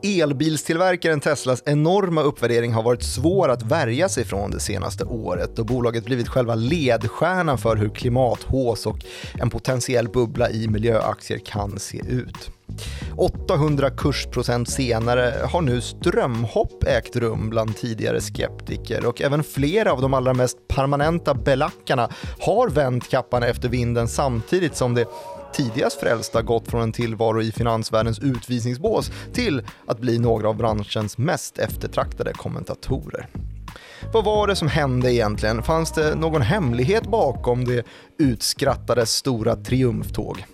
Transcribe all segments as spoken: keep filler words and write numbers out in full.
Elbilstillverkaren Teslas enorma uppvärdering har varit svår att värja sig från det senaste året och bolaget blivit själva ledstjärnan för hur klimathås och en potentiell bubbla i miljöaktier kan se ut. åttahundra kursprocent senare har nu strömhopp ägt rum bland tidigare skeptiker och även flera av de allra mest permanenta belackarna har vänt kappan efter vinden samtidigt som det tidigast frälsta gått från en tillvaro i finansvärldens utvisningsbås till att bli några av branschens mest eftertraktade kommentatorer. Vad var det som hände egentligen? Fanns det någon hemlighet bakom det utskrattade stora triumftåg?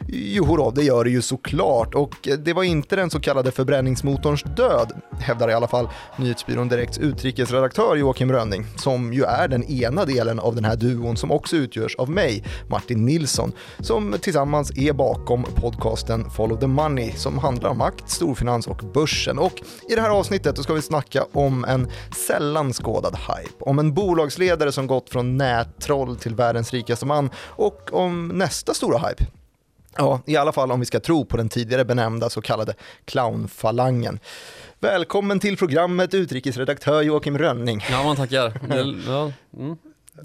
Jo då, det gör det ju såklart, och det var inte den så kallade förbränningsmotorns död, hävdar i alla fall Nyhetsbyrån Direkts utrikesredaktör Joakim Rönning, som ju är den ena delen av den här duon som också utgörs av mig, Martin Nilsson, som tillsammans är bakom podcasten Follow the Money som handlar om makt, storfinans och börsen. Och i det här avsnittet ska vi snacka om en sällan skådad hype, om en bolagsledare som gått från nättroll till världens rikaste man och om nästa stora hype. Ja, i alla fall om vi ska tro på den tidigare benämnda så kallade clownfalangen. Välkommen till programmet, utrikesredaktör Joakim Rönning. Ja, man tackar. Det, ja, mm.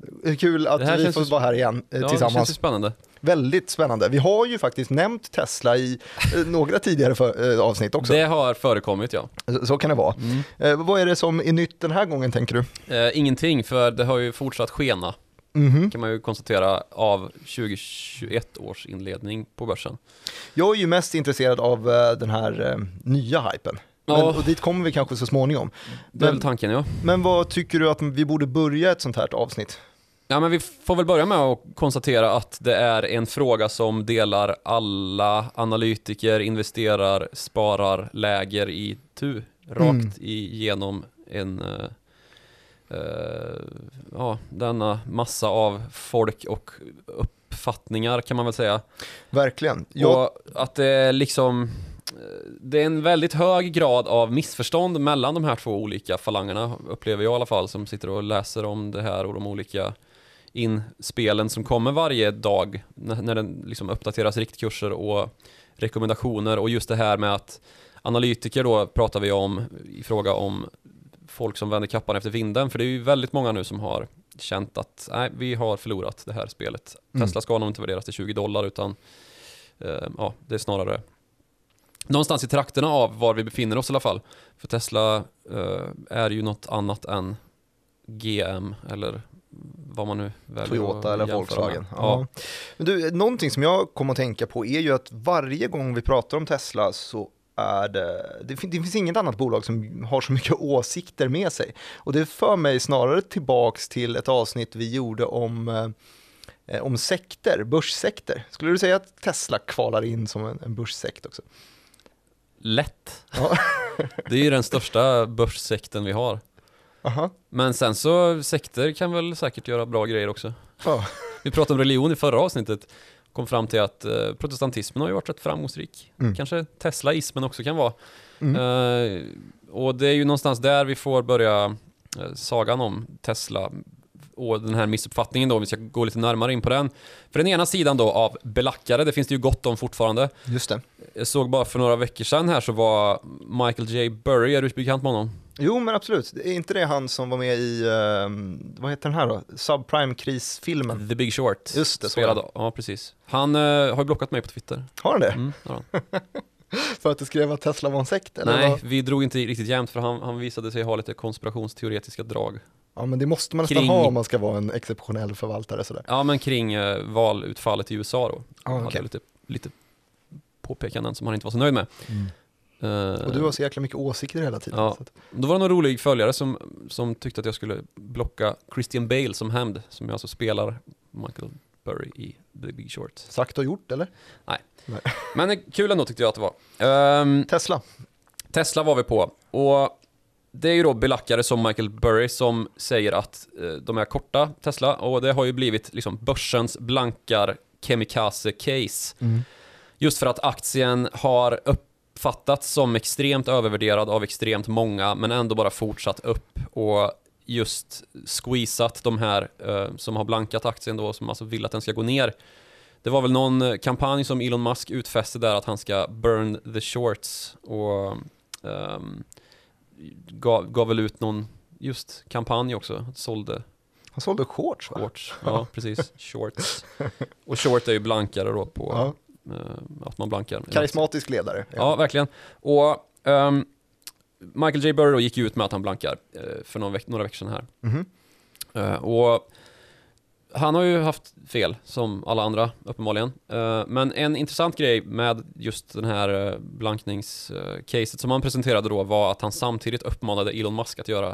Kul att vi får vara här igen ja, tillsammans. Det känns spännande. Väldigt spännande. Vi har ju faktiskt nämnt Tesla i några tidigare för, äh, avsnitt också. Det har förekommit, ja. Så, så kan det vara. Mm. Eh, vad är det som är nytt den här gången, tänker du? Eh, ingenting, för det har ju fortsatt skena. Mm-hmm. Kan man ju konstatera av tjugohundratjugoett års inledning på börsen. Jag är ju mest intresserad av uh, den här uh, nya hypen. Men, oh. Och dit kommer vi kanske så småningom. Det är men, väl tanken, ja. Men vad tycker du att vi borde börja ett sånt här avsnitt? Ja, men vi får väl börja med att konstatera att det är en fråga som delar alla analytiker, investerar, sparar, läger i tu. Rakt mm. igenom en... Uh, Uh, ja, denna massa av folk och uppfattningar, kan man väl säga. Verkligen. Jag... Och att det är liksom det är en väldigt hög grad av missförstånd mellan de här två olika falangerna, upplever jag i alla fall, som sitter och läser om det här och de olika inspelen som kommer varje dag när, när den liksom uppdateras riktkurser och rekommendationer, och just det här med att analytiker då pratar vi om i fråga om folk som vänder kappan efter vinden, för det är ju väldigt många nu som har känt att nej, vi har förlorat det här spelet. Mm. Tesla ska nog inte värderas till tjugo dollar, utan eh, ja, det är snarare någonstans i trakterna av var vi befinner oss i alla fall. För Tesla eh, är ju något annat än G M eller vad man nu väljer. Toyota eller Volkswagen. Ja. Ja. Men du, någonting som jag kommer att tänka på är ju att varje gång vi pratar om Tesla så är det, det, fin- det finns inget annat bolag som har så mycket åsikter med sig. Och det för mig snarare tillbaks till ett avsnitt vi gjorde om, eh, om sekter, börssekter. Skulle du säga att Tesla kvalar in som en, en börssekt också? Lätt. Ja. Det är ju den största börssekten vi har. Aha. Men sen så sekter kan väl säkert göra bra grejer också. Ja. Vi pratade om religion i förra avsnittet. Kom fram till att eh, protestantismen har ju varit rätt framgångsrik. Mm. Kanske Teslaismen också kan vara. Mm. Eh, och det är ju någonstans där vi får börja eh, sagan om Tesla och den här missuppfattningen då. Vi ska gå lite närmare in på den. För den ena sidan då av belackare, det finns det ju gott om fortfarande. Just det. Jag såg bara för några veckor sedan här så var Michael J. Burry, är du bekant med honom? Jo, men absolut. Är inte det han som var med i, uh, vad heter den här då? Subprime-krisfilmen? The Big Short. Just det. Spelade, ja, precis. Han uh, har ju blockat mig på Twitter. Har han det? Mm, har han. För att du skrev att Tesla var en sekt? Eller Nej, vad? Vi drog inte riktigt jämnt för han, han visade sig ha lite konspirationsteoretiska drag. Ja, men det måste man nästan kring... ha om man ska vara en exceptionell förvaltare. Sådär. Ja, men kring uh, valutfallet i U S A då. Ah, han okay. hade lite, lite påpekanden som han inte var så nöjd med. Mm. Uh, och du har så jäkla mycket åsikter hela tiden. Ja. Så att... Då var det någon rolig följare som, som tyckte att jag skulle blocka Christian Bale som hämnd, som jag alltså spelar Michael Burry i The Big Short. Sagt och gjort, eller? Nej. Nej. Men kul ändå tyckte jag att det var. Um, Tesla. Tesla var vi på. Och det är ju då belackare som Michael Burry som säger att uh, de är korta Tesla. Och det har ju blivit liksom börsens blankar kamikaze-case. Mm. Just för att aktien har upp fattats som extremt övervärderad av extremt många, men ändå bara fortsatt upp och just squeezat de här uh, som har blankat aktien då, som alltså vill att den ska gå ner. Det var väl någon kampanj som Elon Musk utfäste där att han ska burn the shorts, och Um, gav, gav väl ut någon just kampanj också, sålde Han sålde shorts, shorts. Ja, precis, shorts. Och short är ju blankare då på ja. uh, att man blankar. Karismatisk ledare. Ja, ja verkligen. Och um, Michael J. Burry då gick ut med att han blankar uh, för några, veck- några veckor sedan här. Mm-hmm. Uh, och han har ju haft fel som alla andra uppenbarligen. Uh, men en intressant grej med just den här uh, blankningscaset uh, som han presenterade då var att han samtidigt uppmanade Elon Musk att göra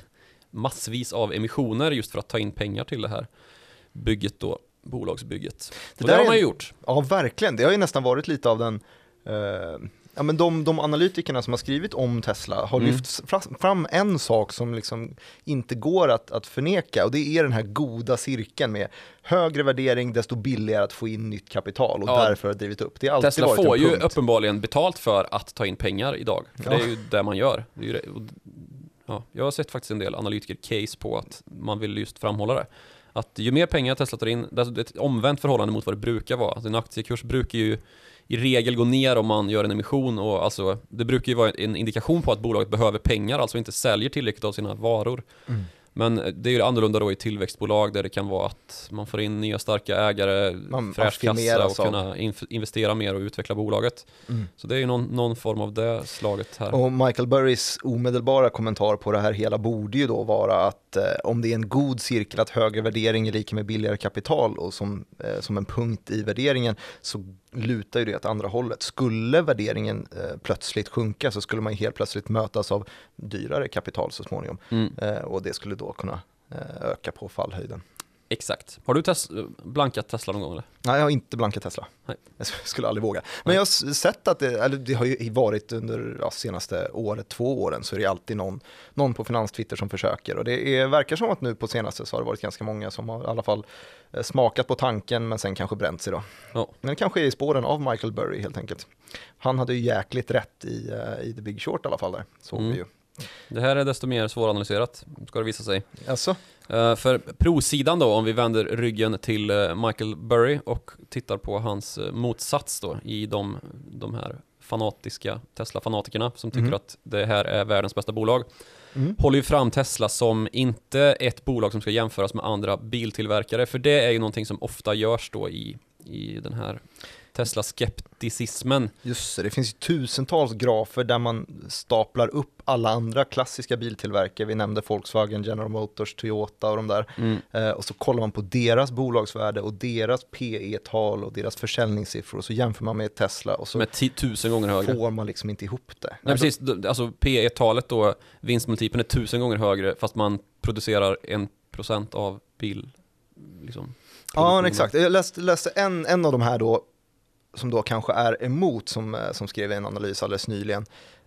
massvis av emissioner just för att ta in pengar till det här bygget då, bolagsbygget. Det, och det har man ju gjort. Ja, verkligen. Det har ju nästan varit lite av den uh... Ja, men de, de analytikerna som har skrivit om Tesla har mm. lyft fram en sak som liksom inte går att, att förneka, och det är den här goda cirkeln med högre värdering desto billigare att få in nytt kapital, och ja. därför har drivit upp. Det är alltid Tesla varit får en ju punkt. uppenbarligen betalt för att ta in pengar idag, för ja. det är ju det man gör. Det är ju det. Och, ja, jag har sett faktiskt en del analytiker-case på att man vill just framhålla det. Att ju mer pengar Tesla tar in, det är ett omvänt förhållande mot vad det brukar vara. Alltså en aktiekurs brukar ju i regel gå ner om man gör en emission, och alltså, det brukar ju vara en indikation på att bolaget behöver pengar, alltså inte säljer tillräckligt av sina varor. Mm. Men det är ju annorlunda då i tillväxtbolag där det kan vara att man får in nya starka ägare, man, fräsch kassa och kunna inf- investera mer och utveckla bolaget. Mm. Så det är ju någon, någon form av det slaget här. Och Michael Burrys omedelbara kommentar på det här hela borde ju då vara att eh, om det är en god cirkel att högre värdering är lika med billigare kapital, och som, eh, som en punkt i värderingen så lutar ju det åt andra hållet. Skulle värderingen eh, plötsligt sjunka så skulle man helt plötsligt mötas av dyrare kapital så småningom. Mm. Eh, och det skulle då kunna eh, öka på fallhöjden. Exakt. Har du tes- blankat Tesla någon gång eller? Nej, jag har inte blankat Tesla. Nej. Jag skulle aldrig våga. Men jag har sett att det, eller det har ju varit under ja, senaste året, två åren, så är det alltid någon, någon på finanstwitter som försöker. Och det är, verkar som att nu på senaste så har det varit ganska många som har i alla fall smakat på tanken men sen kanske bränt sig då. Ja. Men det kanske är i spåren av Michael Burry helt enkelt. Han hade ju jäkligt rätt i, i The Big Short i alla fall där, såg mm. vi ju. Det här är desto mer svåranalyserat, ska det visa sig. Alltså? Uh, för pro-sidan då, om vi vänder ryggen till uh, Michael Burry och tittar på hans uh, motsats då i de, de här fanatiska Tesla-fanatikerna som tycker mm. att det här är världens bästa bolag. Mm. Håller ju fram Tesla som inte ett bolag som ska jämföras med andra biltillverkare, för det är ju någonting som ofta görs då i, i den här Tesla-skepticismen. Just det, det finns ju tusentals grafer där man staplar upp alla andra klassiska biltillverkare. Vi nämnde Volkswagen, General Motors, Toyota och de där. Mm. Eh, och så kollar man på deras bolagsvärde och deras P E-tal och deras försäljningssiffror, och så jämför man med Tesla och så med t- tusen gånger högre. Får man liksom inte ihop det. Nej, alltså, precis. Alltså P E-talet då, vinstmultipeln är tusen gånger högre fast man producerar en procent av bil. Liksom, ja, exakt. Jag läste, läste en, en av de här då som då kanske är emot, som, som skrev en analys alldeles nyligen.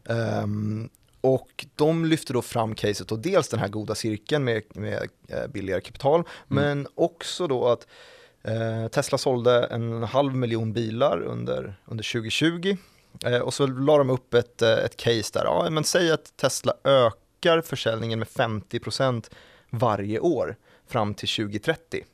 Um, och de lyfter då fram caset och dels den här goda cirkeln med, med uh, billigare kapital, mm. men också då att uh, Tesla sålde en halv miljon bilar under, under tjugo tjugo. Uh, och så la de upp ett, uh, ett case där. Ja, men säg att Tesla ökar försäljningen med femtio procent varje år fram till tjugo trettio.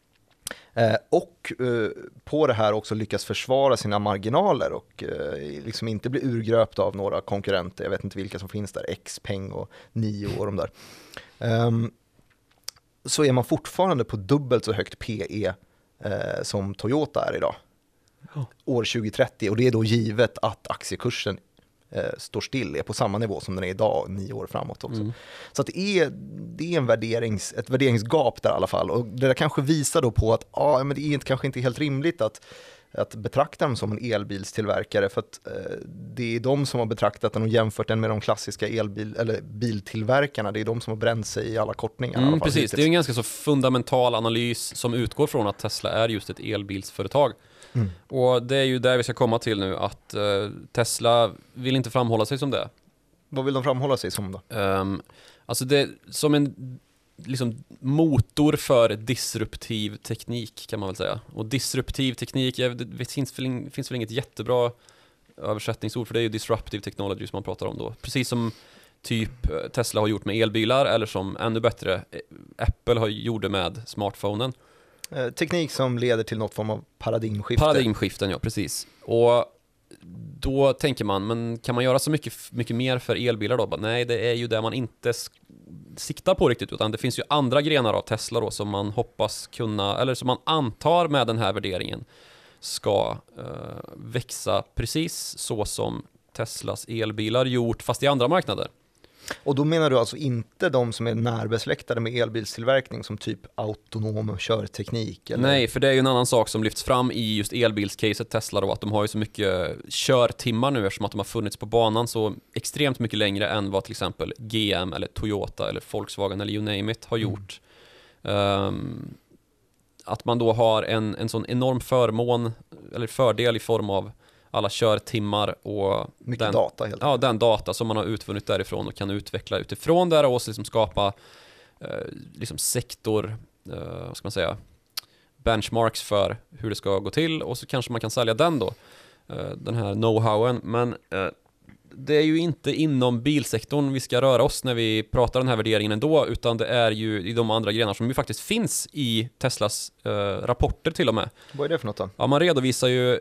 Eh, och eh, på det här också lyckas försvara sina marginaler och eh, liksom inte bli urgröpt av några konkurrenter. Jag vet inte vilka som finns där, Xpeng och Nio och de där. Um, så är man fortfarande på dubbelt så högt P E eh, som Toyota är idag. Oh. År tjugo trettio, och det är då givet att aktiekursen eh, står still, är på samma nivå som den är idag nio år framåt också. Mm. Så att det är, det är en värderings, ett värderingsgap där i alla fall, och det där kanske visar då på att ah, men det är inte, kanske inte helt rimligt att, att betrakta dem som en elbilstillverkare, för att eh, det är de som har betraktat den och jämfört den med de klassiska elbil, eller biltillverkarna. Det är de som har bränt sig i alla kortningar. Mm, i alla fall, precis, hittills. Det är en ganska så fundamental analys som utgår från att Tesla är just ett elbilsföretag. Mm. Och det är ju där vi ska komma till nu, att uh, Tesla vill inte framhålla sig som det. Vad vill de framhålla sig som då? Um, alltså det som en liksom, motor för disruptiv teknik kan man väl säga. Och disruptiv teknik, det finns väl, in, finns väl inget jättebra översättningsord, för det är ju disruptive technology som man pratar om då. Precis som typ Tesla har gjort med elbilar, eller som ännu bättre Apple har gjort med smartphonen. Teknik som leder till något form av paradigmskifte. Paradigmskiften, ja, precis. Och då tänker man, men kan man göra så mycket, mycket mer för elbilar då? Nej, det är ju det man inte siktar på riktigt, utan det finns ju andra grenar av Tesla då som man hoppas kunna, eller som man antar med den här värderingen ska eh, växa precis så som Teslas elbilar gjort, fast i andra marknader. Och då menar du alltså inte de som är närbesläktade med elbilstillverkning som typ autonom körteknik? Eller? Nej, för det är ju en annan sak som lyfts fram i just elbilscaset Tesla då, att de har ju så mycket körtimmar nu eftersom att de har funnits på banan så extremt mycket längre än vad till exempel G M eller Toyota eller Volkswagen eller you name it har gjort. Mm. Um, att man då har en, en sån enorm förmån eller fördel i form av alla körtimmar och mycket den, data helt ja, den data som man har utvunnit därifrån och kan utveckla utifrån där och liksom skapa eh, liksom sektor, eh, vad ska man säga, benchmarks för hur det ska gå till och så kanske man kan sälja den då, eh, den här know-howen. Men eh, det är ju inte inom bilsektorn vi ska röra oss när vi pratar den här värderingen ändå, utan det är ju i de andra grenar som ju faktiskt finns i Teslas eh, rapporter till och med. Vad är det för något då? Ja, man redovisar ju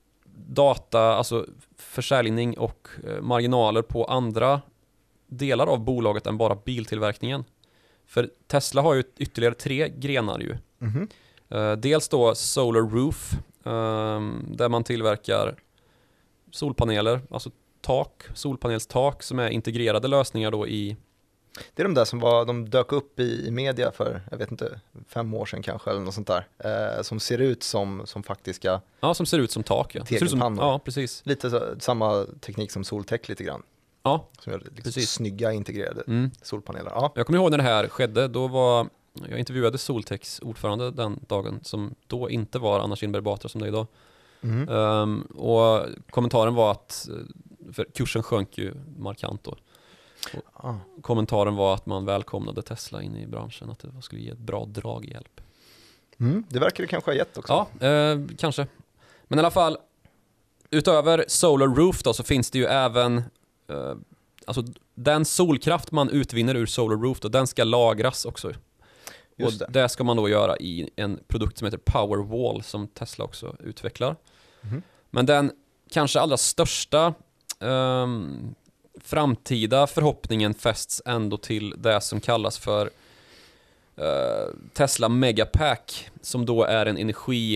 data, alltså försäljning och eh, marginaler på andra delar av bolaget än bara biltillverkningen. För Tesla har ju ytterligare tre grenar ju. Mm-hmm. Eh, dels då Solar Roof, eh, där man tillverkar solpaneler, alltså tak, solpanelstak som är integrerade lösningar då i... Det är de där som var, de dök upp i, i media för, jag vet inte, fem år sedan kanske eller något sånt där. Eh, som ser ut som, som faktiska... Ja, som ser ut som tak. Ja, ser ut som, ja precis. Lite så, samma teknik som Soltech lite grann. Ja, som gör liksom precis. Snygga integrerade mm. solpaneler. Ja. Jag kommer ihåg när det här skedde, då var... Jag intervjuade Soltechs ordförande den dagen som då inte var Anna Kinberg Batra som det är idag. Mm. Um, och kommentaren var att, för kursen sjönk ju markant då. Ah. Kommentaren var att man välkomnade Tesla in i branschen, att det skulle ge ett bra draghjälp. Mm, det verkar det kanske ha gett också. Ja, eh, kanske. Men i alla fall, utöver Solar Roof då, så finns det ju även eh, alltså den solkraft man utvinner ur Solar Roof då, den ska lagras också. Just och det. det ska man då göra i en produkt som heter Powerwall som Tesla också utvecklar. Mm. Men den kanske allra största um, framtida förhoppningen fästs ändå till det som kallas för uh, Tesla Megapack, som då är en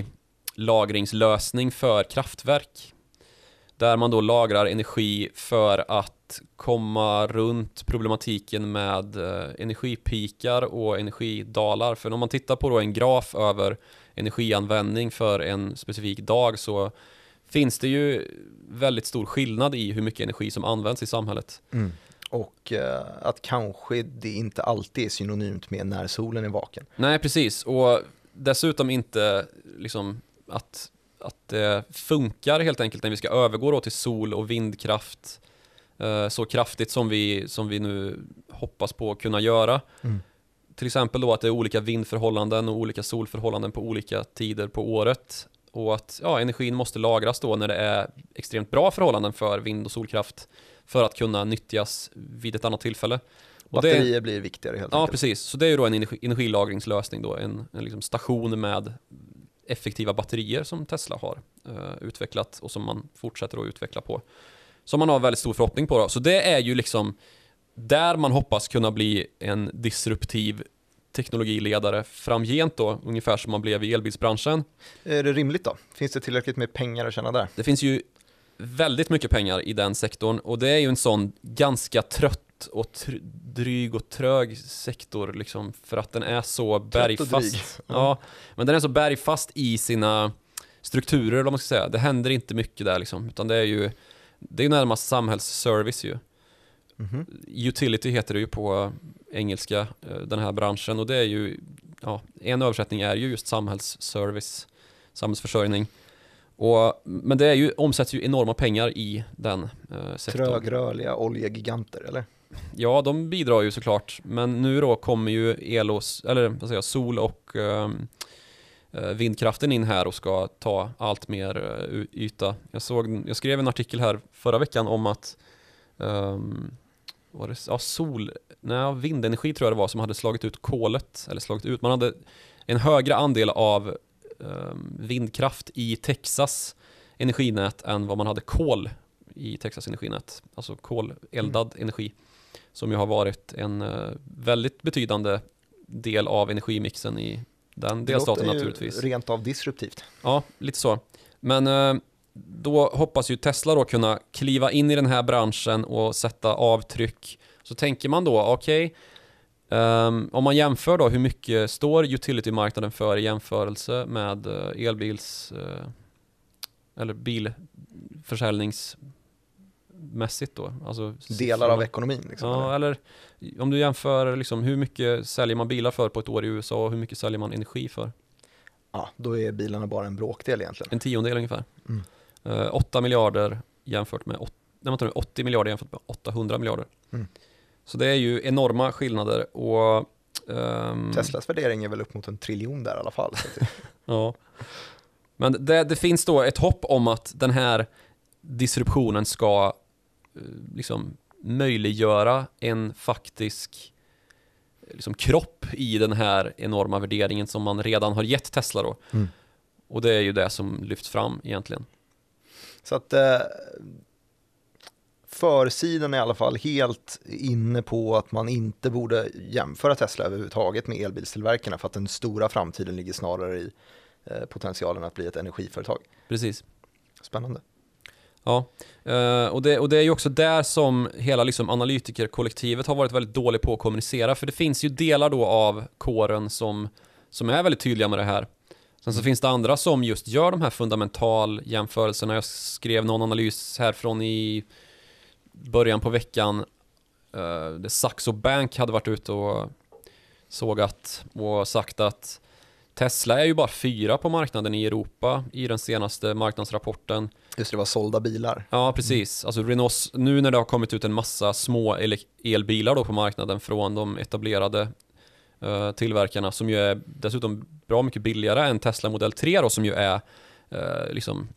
energilagringslösning för kraftverk. Där man då lagrar energi för att komma runt problematiken med eh, energipikar och energidalar. För om man tittar på då en graf över energianvändning för en specifik dag så finns det ju väldigt stor skillnad i hur mycket energi som används i samhället. Mm. Och eh, att kanske det inte alltid är synonymt med när solen är vaken. Nej, precis. Och dessutom inte liksom att... att det funkar helt enkelt när vi ska övergå då till sol- och vindkraft eh, så kraftigt som vi, som vi nu hoppas på att kunna göra. Mm. Till exempel då att det är olika vindförhållanden och olika solförhållanden på olika tider på året. Och att ja, energin måste lagras då när det är extremt bra förhållanden för vind- och solkraft för att kunna nyttjas vid ett annat tillfälle. Och batterier det, blir viktigare helt ja, enkelt. Ja, precis. Så det är ju då en energi, energilagringslösning då. En, en liksom station med effektiva batterier som Tesla har uh, utvecklat och som man fortsätter att utveckla på. Som man har väldigt stor förhoppning på då. Så det är ju liksom där man hoppas kunna bli en disruptiv teknologiledare framgent då, ungefär som man blev i elbilsbranschen. Är det rimligt då? Finns det tillräckligt med pengar att tjäna där? Det finns ju väldigt mycket pengar i den sektorn och det är ju en sån ganska trött och tr- dryg och trög sektor liksom, för att den är så bergfast. Ja, men den är så bergfast i sina strukturer, om man ska säga. Det händer inte mycket där liksom, utan det är ju det är ju närmast samhällsservice ju. Mm-hmm. Utility heter det ju på engelska, den här branschen, och det är ju ja, en översättning är ju just samhällsservice, samhällsförsörjning. Och, men det är ju, omsätts ju enorma pengar i den eh, sektorn. Trögrörliga oljegiganter, eller? Ja, de bidrar ju såklart. Men nu då kommer ju elos, eller vad säger jag, sol och eh, vindkraften in här och ska ta allt mer eh, yta. Jag, såg, jag skrev en artikel här förra veckan om att eh, var det, ja, sol, nej, vindenergi tror jag det var som hade slagit ut kolet. Eller slagit ut, man hade en högre andel av vindkraft i Texas energinät än vad man hade kol i Texas energinät. Alltså koleldad mm. energi. Som ju har varit en uh, väldigt betydande del av energimixen i den delstaten naturligtvis. Det låter ju rent av disruptivt. Ja, lite så. Men uh, då hoppas ju Tesla då kunna kliva in i den här branschen och sätta avtryck. Så tänker man då, okej, okay, um, om man jämför då hur mycket står utility-marknaden för i jämförelse med uh, elbils uh, eller bilförsäljningsmässigt då. Alltså, delar av ekonomin. Liksom, ja, eller? eller om du jämför liksom, hur mycket säljer man bilar för på ett år i U S A och hur mycket säljer man energi för? Ja, då är bilarna bara en bråkdel egentligen. En tiondel ungefär. Mm. Uh, åtta miljarder jämfört med åttio miljarder jämfört med åttahundra miljarder. Mm. Så det är ju enorma skillnader. Och, um... Teslas värdering är väl upp mot en triljon där i alla fall. Så att... ja. Men det, det finns då ett hopp om att den här disruptionen ska uh, liksom möjliggöra en faktisk liksom, kropp i den här enorma värderingen som man redan har gett Tesla då. Mm. Och det är ju det som lyfts fram egentligen. Så att eh, försidan är i alla fall helt inne på att man inte borde jämföra Tesla överhuvudtaget med elbilstillverkarna för att den stora framtiden ligger snarare i eh, potentialen att bli ett energiföretag. Precis. Spännande. Ja, uh, och, det, och det är ju också där som hela liksom analytikerkollektivet har varit väldigt dålig på att kommunicera. För det finns ju delar då av kåren som, som är väldigt tydliga med det här. Sen så finns det andra som just gör de här fundamental jämförelserna. Jag skrev någon analys härifrån i början på veckan. Uh, där Saxo Bank hade varit ute och sågat och sagt att Tesla är ju bara fyra på marknaden i Europa i den senaste marknadsrapporten. Just det, var sålda bilar. Ja, precis. Alltså Renault, nu när det har kommit ut en massa små elbilar då på marknaden från de etablerade uh, tillverkarna som ju är dessutom bra mycket billigare än Tesla Model tre då, som ju är uh, liksom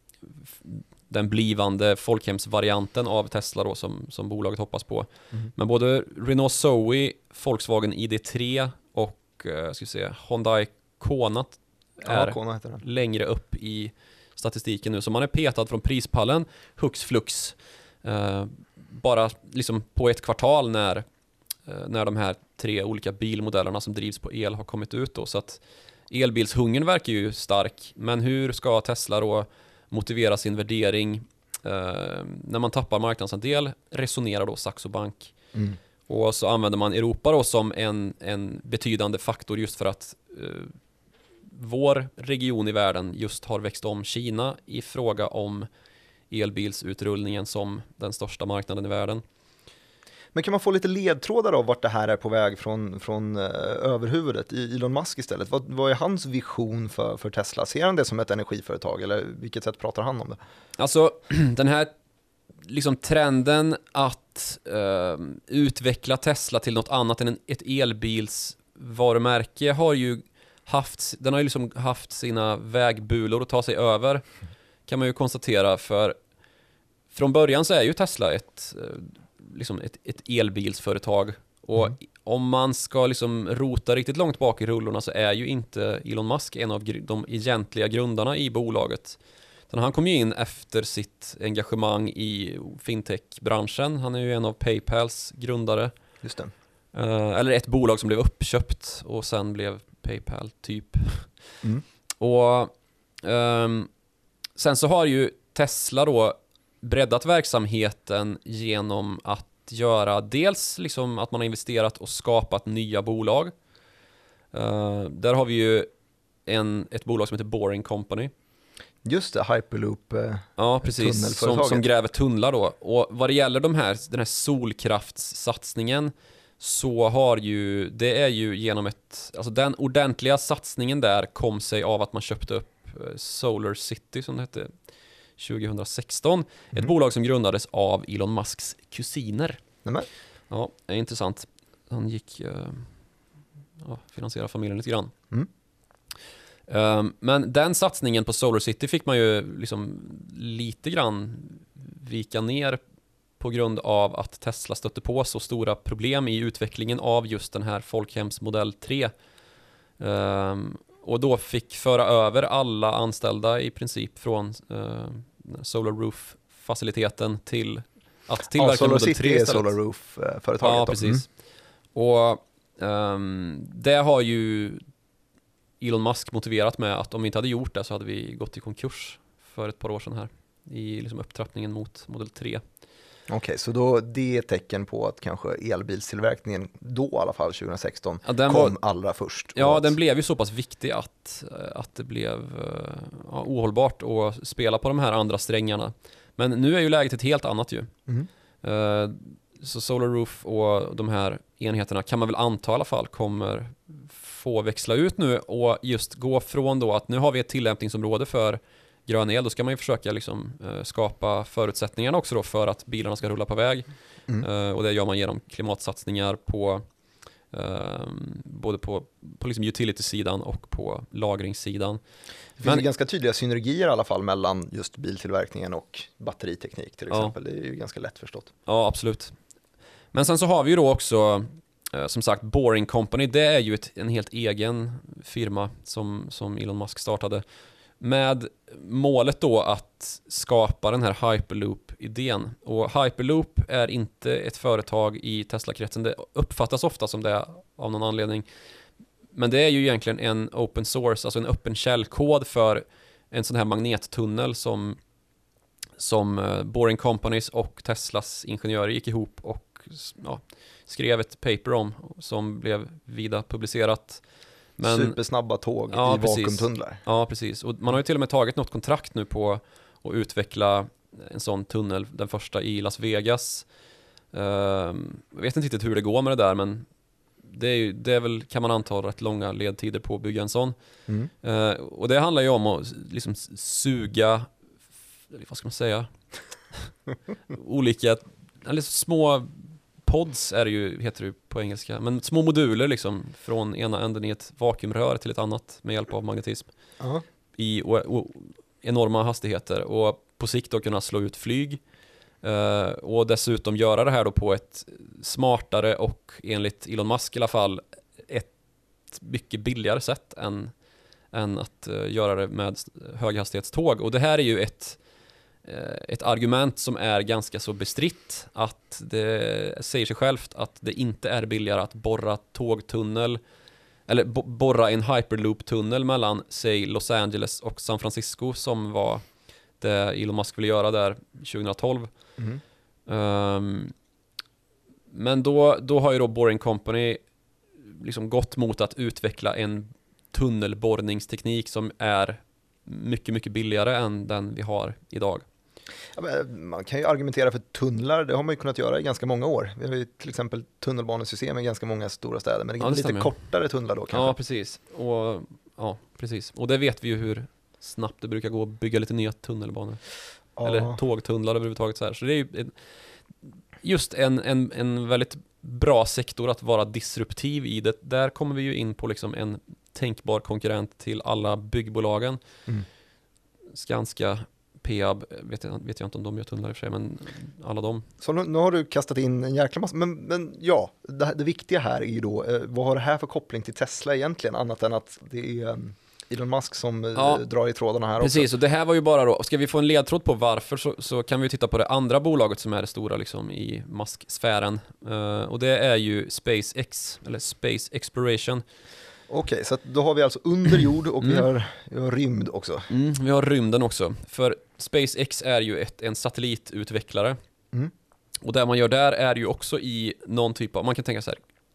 den blivande folkhemsvarianten av Tesla då som, som bolaget hoppas på. Mm. Men både Renault Zoe, Volkswagen I D tre och uh, ska vi se, Hyundai Kona är ja, Kona heter den. Längre upp i statistiken nu. Så man är petad från prispallen hux flux eh, bara liksom på ett kvartal när, eh, när de här tre olika bilmodellerna som drivs på el har kommit ut då. Så att elbilshungern verkar ju stark. Men hur ska Tesla då motivera sin värdering eh, när man tappar marknadsandel, resonerar då Saxo Bank. Mm. Och så använder man Europa då som en, en betydande faktor just för att eh, vår region i världen just har växt om Kina i fråga om elbilsutrullningen som den största marknaden i världen. Men kan man få lite ledtrådar av vart det här är på väg från, från uh, överhuvudet i Elon Musk istället? Vad, vad är hans vision för, för Tesla? Ser han det som ett energiföretag eller vilket sätt pratar han om det? Alltså den här liksom trenden att uh, utveckla Tesla till något annat än en, ett elbilsvarumärke har ju haft, den har ju liksom haft sina vägbulor att ta sig över, kan man ju konstatera, för från början så är ju Tesla ett, liksom ett, ett elbilsföretag och mm. om man ska liksom rota riktigt långt bak i rullorna så är ju inte Elon Musk en av de egentliga grundarna i bolaget. Han kom ju in efter sitt engagemang i fintech-branschen. Han är ju en av PayPals grundare. Just det. Eller ett bolag som blev uppköpt och sen blev PayPal typ. Mm. Och um, sen så har ju Tesla då breddat verksamheten genom att göra dels liksom att man har investerat och skapat nya bolag. Uh, där har vi ju en, ett bolag som heter Boring Company. Just det, Hyperloop. Eh, ja, precis. Som, som gräver tunnlar då. Och vad det gäller de här, den här solkraftssatsningen så har ju, det är ju genom ett, alltså den ordentliga satsningen där kom sig av att man köpte upp Solar City som det hette tjugo sexton. Mm. Ett bolag som grundades av Elon Musks kusiner. Nämen. Ja, det är intressant. Han gick uh, ja, finansiera familjen lite grann. Mm. Um, men den satsningen på Solar City fick man ju liksom lite grann vika ner på grund av att Tesla stötte på så stora problem i utvecklingen av just den här folkhemsmodell tre. Um, och då fick föra över alla anställda i princip från uh, Solar Roof-faciliteten till att tillverka ja, Solar Model City tre är istället. Solar Roof-företaget. Ja, precis. Mm. Och um, det har ju Elon Musk motiverat med att om vi inte hade gjort det så hade vi gått i konkurs för ett par år sedan här i liksom upptrappningen mot Model tre. Okej, okay, så då det är ett tecken på att kanske elbilstillverkningen då i alla fall tjugo sexton ja, den kom var, allra först. Ja, att... den blev ju så pass viktig att, att det blev ja, ohållbart att spela på de här andra strängarna. Men nu är ju läget ett helt annat ju. Mm. Uh, så Solar Roof och de här enheterna kan man väl anta i alla fall kommer få växla ut nu och just gå från då att nu har vi ett tillämpningsområde för grön el, då ska man ju försöka liksom, uh, skapa förutsättningarna också då för att bilarna ska rulla på väg. Mm. Uh, och det gör man genom klimatsatsningar på uh, både på, på liksom utility-sidan och på lagringssidan. Det finns Men, ganska tydliga synergier i alla fall mellan just biltillverkningen och batteriteknik till exempel. Ja. Det är ju ganska lätt förstått. Ja, absolut. Men sen så har vi ju då också uh, som sagt Boring Company, det är ju ett, en helt egen firma som, som Elon Musk startade. Med målet då att skapa den här Hyperloop-idén. Och Hyperloop är inte ett företag i Tesla-kretsen. Det uppfattas ofta som det av någon anledning. Men det är ju egentligen en open source, alltså en öppen källkod för en sån här magnettunnel som, som Boring Companies och Teslas ingenjörer gick ihop och ja, skrev ett paper om som blev vida publicerat. Men, supersnabba tåg ja, i vakuumtunnlar. Ja, precis. Och man har ju till och med tagit något kontrakt nu på att utveckla en sån tunnel, den första i Las Vegas. Uh, jag vet inte riktigt hur det går med det där, men det är, ju, det är väl, kan man anta, rätt långa ledtider på att bygga en sån. Mm. Uh, och det handlar ju om att liksom suga, vad ska man säga, olika, eller små pods är det ju, heter det på engelska, men små moduler liksom från ena änden i ett vakuumrör till ett annat med hjälp av magnetism uh-huh. i o- o- enorma hastigheter och på sikt då kunna slå ut flyg uh, och dessutom göra det här då på ett smartare och enligt Elon Musk i alla fall ett mycket billigare sätt än, än att uh, göra det med höghastighetståg. Och det här är ju ett ett argument som är ganska så bestritt, att det säger sig självt att det inte är billigare att borra tågtunnel eller borra en hyperloop-tunnel mellan säg Los Angeles och San Francisco som var det Elon Musk ville göra där tjugohundratolv. Mm. Um, men då, då har ju då Boring Company liksom gått mot att utveckla en tunnelborrningsteknik som är mycket, mycket billigare än den vi har idag. Ja, man kan ju argumentera för tunnlar, det har man ju kunnat göra i ganska många år. Vi har ju till exempel tunnelbanesystem i ganska många stora städer, men det är ja, det lite stämmer. Kortare tunnlar då kanske. Ja, precis. Och, ja, precis. Och det vet vi ju hur snabbt det brukar gå att bygga lite nya tunnelbanor. Ja. Eller tågtunnlar överhuvudtaget så här. Så det är ju en, just en, en, en väldigt bra sektor att vara disruptiv i. Det. Där kommer vi ju in på liksom en tänkbar konkurrent till alla byggbolagen. Mm. Skanska, Peab, vet jag, vet jag inte om de gör tunnlar i och för sig, men alla de. Så nu, nu har du kastat in en jäkla massa, men, men ja, det, det viktiga här är ju då, eh, vad har det här för koppling till Tesla egentligen, annat än att det är um, Elon Musk som ja, eh, drar i trådarna här precis, också. Precis, och det här var ju bara då, ska vi få en ledtråd på varför så, så kan vi titta på det andra bolaget som är det stora liksom i Musk-sfären, uh, och det är ju SpaceX, eller Space Exploration. Okej, okay, så då har vi alltså under jord och mm. vi, har, vi har rymd också. Mm, vi har rymden också. För SpaceX är ju ett, en satellitutvecklare. Mm. Och det man gör där är ju också i någon typ av, man kan tänka så här,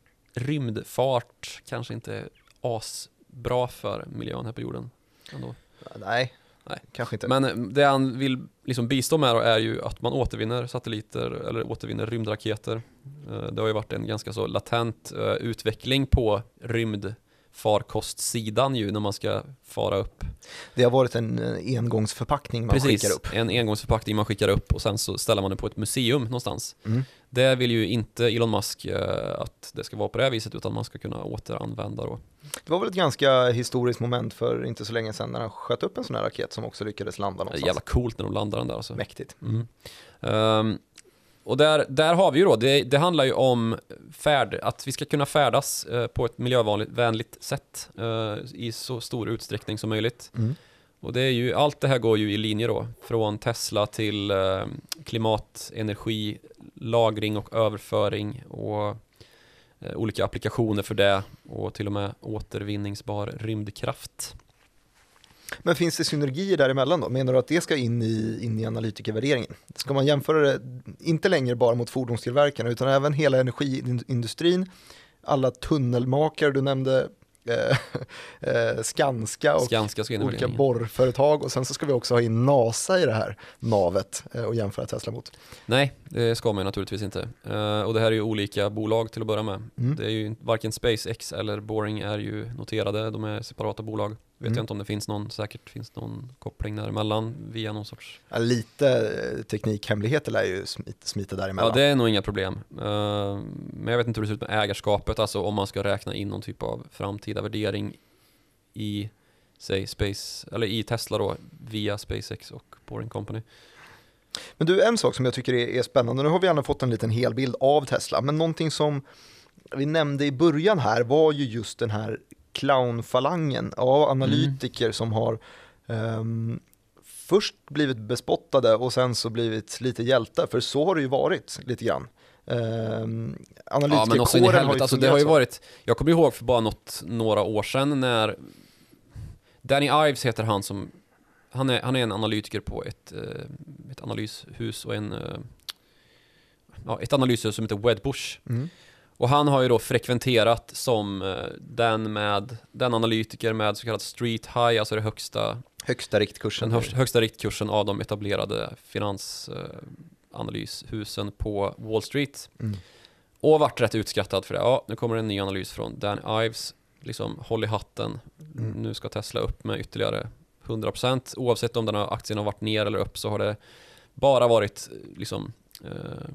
rymdfart kanske inte är asbra för miljön här på jorden ändå. Nej, Nej, kanske inte. Men det han vill liksom bistå med är ju att man återvinner satelliter eller återvinner rymdraketer. Det har ju varit en ganska så latent utveckling på rymd farkostsidan ju när man ska fara upp. Det har varit en engångsförpackning man Precis, skickar upp. en engångsförpackning man skickar upp och sen så ställer man det på ett museum någonstans. Mm. Det vill ju inte Elon Musk eh, att det ska vara på det här viset, utan man ska kunna återanvända då. Det var väl ett ganska historiskt moment för inte så länge sedan när han sköt upp en sån här raket som också lyckades landa någonstans. Det är jävla coolt när de landar den där alltså. Mäktigt. Mm. Um, Och där, där har vi ju då, det, det handlar ju om färd, att vi ska kunna färdas eh, på ett miljövänligt sätt eh, i så stor utsträckning som möjligt. Mm. Och det är ju, allt det här går ju i linje då, från Tesla till eh, klimat, energi, lagring och överföring och eh, olika applikationer för det och till och med återvinningsbar rymdkraft. Men finns det synergier däremellan då? Menar du att det ska in i, in i analytikervärderingen? Ska man jämföra det inte längre bara mot fordonstillverkarna utan även hela energiindustrin, alla tunnelmakare du nämnde, eh, eh, Skanska och Skanska ska in i olika värderingen. borrföretag, och sen så ska vi också ha in NASA i det här navet eh, och jämföra Tesla mot. Nej, det ska man ju naturligtvis inte. Uh, och det här är ju olika bolag till att börja med. Mm. Det är ju varken SpaceX eller Boring är ju noterade, de är separata bolag. Vet Mm. jag inte om det finns någon, säkert finns någon koppling däremellan via någon sorts... Ja, lite eh, teknikhemligheter lär ju smita, smita däremellan. Ja, det är nog inga problem. Uh, men jag vet inte hur det ser ut med ägarskapet, alltså om man ska räkna in någon typ av framtida värdering i, säg, Space, eller i Tesla då, via SpaceX och Boring Company. Men du, en sak som jag tycker är, är spännande, nu har vi gärna fått en liten helbild av Tesla, men någonting som vi nämnde i början här var ju just den här clownfalangen av analytiker mm. som har um, först blivit bespottade och sen så blivit lite hjältar, för så har det ju varit lite grann. Um, ja, men också in i helvete, alltså, det har ju varit, jag kommer ihåg för bara något, några år sedan när Danny Ives heter han som han är, han är en analytiker på ett, ett analyshus och en ja, ett analyshus som heter Wedbush. Mm. Och han har ju då frekventerat som den med den analytiker med så kallad street high, alltså det högsta högsta riktkursen. Den högsta riktkursen av de etablerade finansanalyshusen på Wall Street. Mm. Och varit rätt utskattad för det. Ja, nu kommer en ny analys från Dan Ives. Liksom, håll i hatten. Mm. Nu ska Tesla upp med ytterligare hundra procent. Oavsett om den här aktien har varit ner eller upp så har det bara varit liksom eh,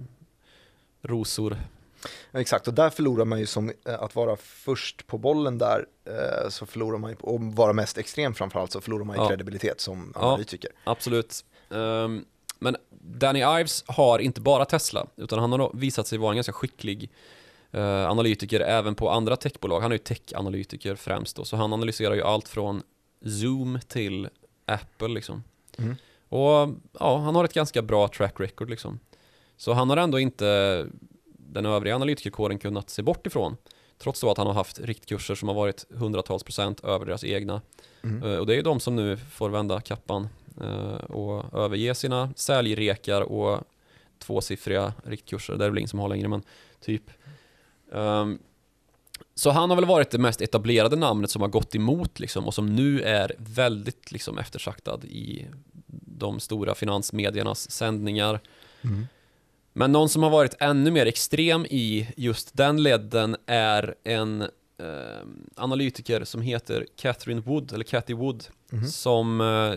rosor. Exakt, och där förlorar man ju som att vara först på bollen där, så förlorar man ju, och vara mest extrem framförallt, så förlorar man ju ja. kredibilitet som analytiker. Ja, absolut. Um, men Danny Ives har inte bara Tesla, utan han har visat sig vara en ganska skicklig uh, analytiker även på andra techbolag. Han är ju tech-analytiker främst då, så han analyserar ju allt från Zoom till Apple liksom. Mm. Och ja, han har ett ganska bra track record liksom. Så han har ändå inte den övriga analytikerkåren kunnat se bort ifrån, trots då att han har haft riktkurser som har varit hundratals procent över deras egna. Mm. Uh, och det är ju de som nu får vända kappan uh, och överge sina säljrekar och tvåsiffriga riktkurser. Det är väl ingen som har längre, men typ. Um, så han har väl varit det mest etablerade namnet som har gått emot liksom, och som nu är väldigt liksom, eftersaktad i de stora finansmediernas sändningar. Mm. Men någon som har varit ännu mer extrem i just den ledden är en eh, analytiker som heter Catherine Wood, eller Cathy Wood, mm. som eh,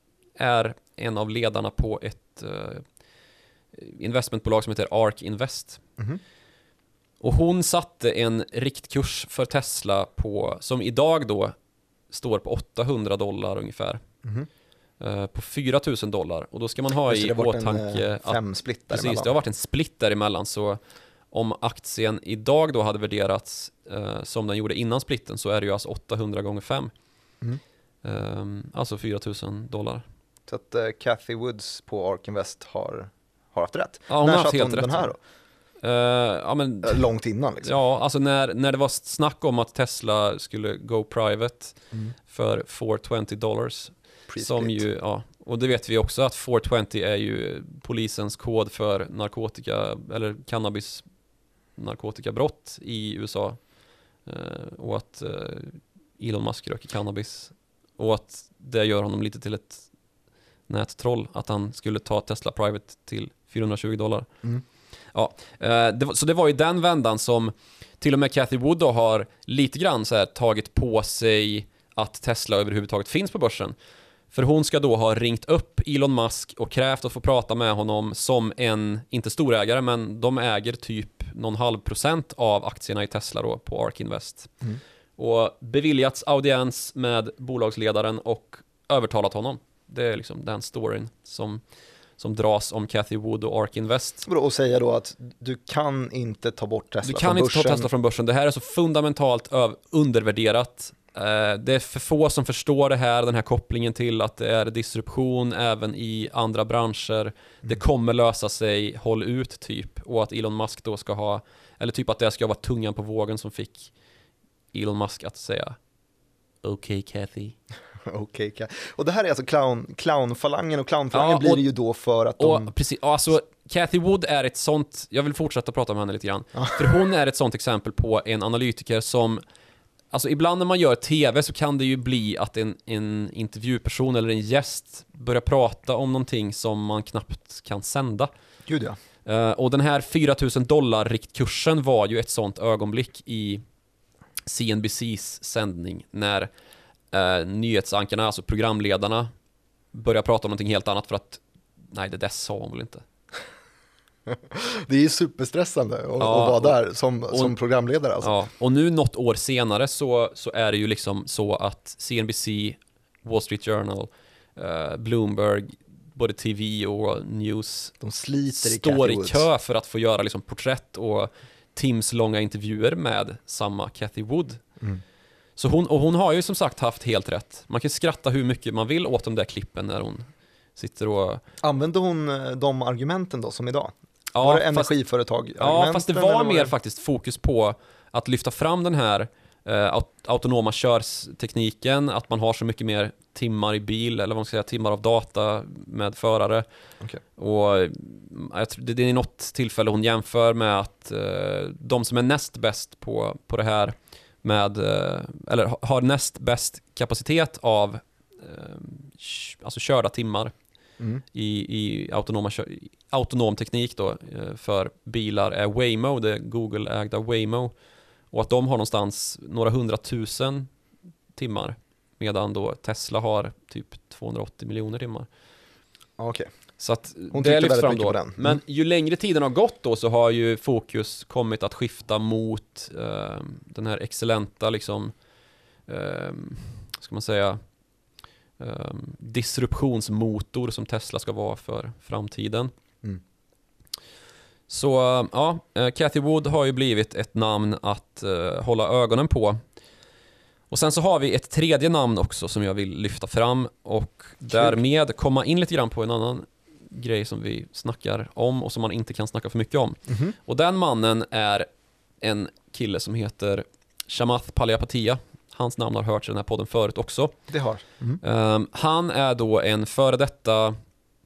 är en av ledarna på ett eh, investmentbolag som heter Ark Invest. Mm. Och hon satte en riktkurs för Tesla på, som idag då står på åttahundra dollar ungefär. Mm. Uh, på fyra tusen dollar, och då ska man ha i åtanke en, fem att split precis, det har varit en split däremellan, så om aktien idag då hade värderats uh, som den gjorde innan splitten, så är det ju alltså åttahundra gånger fem. Mm. Um, alltså fyra tusen dollar. Så att uh, Cathy Woods på Ark Invest har, har haft rätt. Ja, hon när har haft satt helt hon rätt. Den här då? Uh, ja, men, långt innan liksom. Ja, alltså när, när det var snack om att Tesla skulle go private mm. för fyrahundratjugo dollars. Som ju, ja, och det vet vi också att fyrahundratjugo är ju polisens kod för narkotika eller cannabis narkotikabrott i U S A. Uh, och att uh, Elon Musk röker cannabis, och att det gör honom lite till ett nättroll att han skulle ta Tesla private till fyrahundratjugo dollar. Mm. Ja, uh, det var, så det var ju den vändan som till och med Cathy Wood då har lite grann så här tagit på sig att Tesla överhuvudtaget finns på börsen. För hon ska då ha ringt upp Elon Musk och krävt att få prata med honom som en, inte storägare, men de äger typ någon halv procent av aktierna i Tesla då på Ark Invest. Mm. Och beviljats audiens med bolagsledaren och övertalat honom. Det är liksom den storyn som, som dras om Cathy Wood och Ark Invest. Och säga då att du kan inte ta bort Tesla från börsen. Du kan inte ta Tesla från börsen. Det här är så fundamentalt öv- undervärderat eh, det är för få som förstår det här, den här kopplingen till att det är disruption även i andra branscher. Mm. Det kommer lösa sig, håll ut typ. Och att Elon Musk då ska ha, eller typ att det ska vara tungan på vågen som fick Elon Musk att säga okej, okay, Kathy. Okej, okay. Och det här är alltså clown, clownfalangen och clownfalangen ja, blir och, det ju då för att de... Och precis, alltså Kathy Wood är ett sånt, jag vill fortsätta prata om henne lite grann. Ja. För hon är ett sånt exempel på en analytiker som, alltså ibland när man gör tv så kan det ju bli att en, en intervjuperson eller en gäst börjar prata om någonting som man knappt kan sända. Gud ja. Uh, och den här fyra tusen dollar riktkursen var ju ett sånt ögonblick i C N B C:s sändning när uh, nyhetsankarna, alltså programledarna, börjar prata om någonting helt annat för att nej, det där sa hon väl inte. Det är ju superstressande att, ja, att vara där som, och, som programledare alltså. Ja, och nu något år senare så, så är det ju liksom så att C N B C, Wall Street Journal, uh, Bloomberg, både T V och news, de sliter i står i kö för att få göra liksom porträtt och timslånga intervjuer med samma Kathy Wood. Mm. Så hon, och hon har ju som sagt haft helt rätt. Man kan skratta hur mycket man vill åt de där klippen när hon sitter och... Använde hon de argumenten då som idag? Ja, var det energiföretag? Ja, fast det var, var mer det... faktiskt fokus på att lyfta fram den här eh, autonoma körstekniken, att man har så mycket mer timmar i bil, eller vad man ska säga, timmar av data med förare. Okay. Och jag tror, det är något tillfälle hon jämför med att eh, de som är näst bäst på, på det här med, eh, eller har näst bäst kapacitet av eh, alltså körda timmar mm. i, i autonoma, autonom teknik då, eh, för bilar är Waymo, det är Google-ägda Waymo, och att de har någonstans några hundratusen timmar, medan då Tesla har typ tvåhundraåttio miljoner timmar. Okay. Så att hon det lyfts fram då. Mm. Men ju längre tiden har gått då så har ju fokus kommit att skifta mot eh, den här excellenta liksom eh, ska man säga eh, disruptionsmotor som Tesla ska vara för framtiden. Mm. Så ja, Kathy Wood har ju blivit ett namn att eh, hålla ögonen på. Och sen så har vi ett tredje namn också som jag vill lyfta fram och Kul. därmed komma in lite grann på en annan grej som vi snackar om och som man inte kan snacka för mycket om. Mm-hmm. Och den mannen är en kille som heter Chamath Palihapitiya. Hans namn har hörts i den här podden förut också. Det har. Mm-hmm. Um, han är då en före detta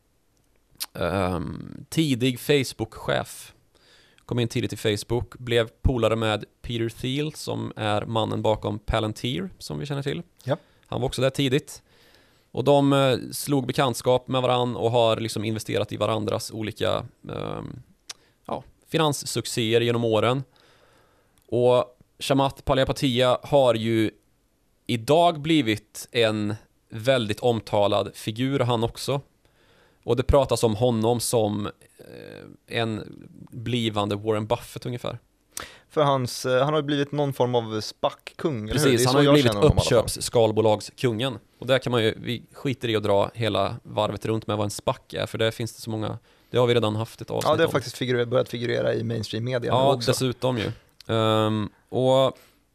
um, tidig Facebook-chef. Kom in tidigt i Facebook, blev polare med Peter Thiel som är mannen bakom Palantir som vi känner till. Ja. Han var också där tidigt. Och de eh, slog bekantskap med varann och har liksom investerat i varandras olika eh, ja, finanssuccéer genom åren. Och Chamath Palihapitiya har ju idag blivit en väldigt omtalad figur han också. Och det pratas om honom som eh, en blivande Warren Buffett ungefär. För hans, han har blivit någon form av SPAC-kung. Precis, han har ju blivit uppköpsskalbolagskungen. Och där kan man ju, vi skiter i att dra hela varvet runt med vad en SPAC är. För där finns det så många, det har vi redan haft ett avsnitt om. Ja, det har om. faktiskt figurer, börjat figurera i mainstream-media ja, också. Dessutom ju. Um, och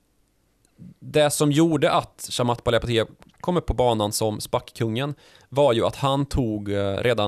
det som gjorde att Chamath Palihapitiya kom upp på banan som SPAC-kungen var ju att han tog redan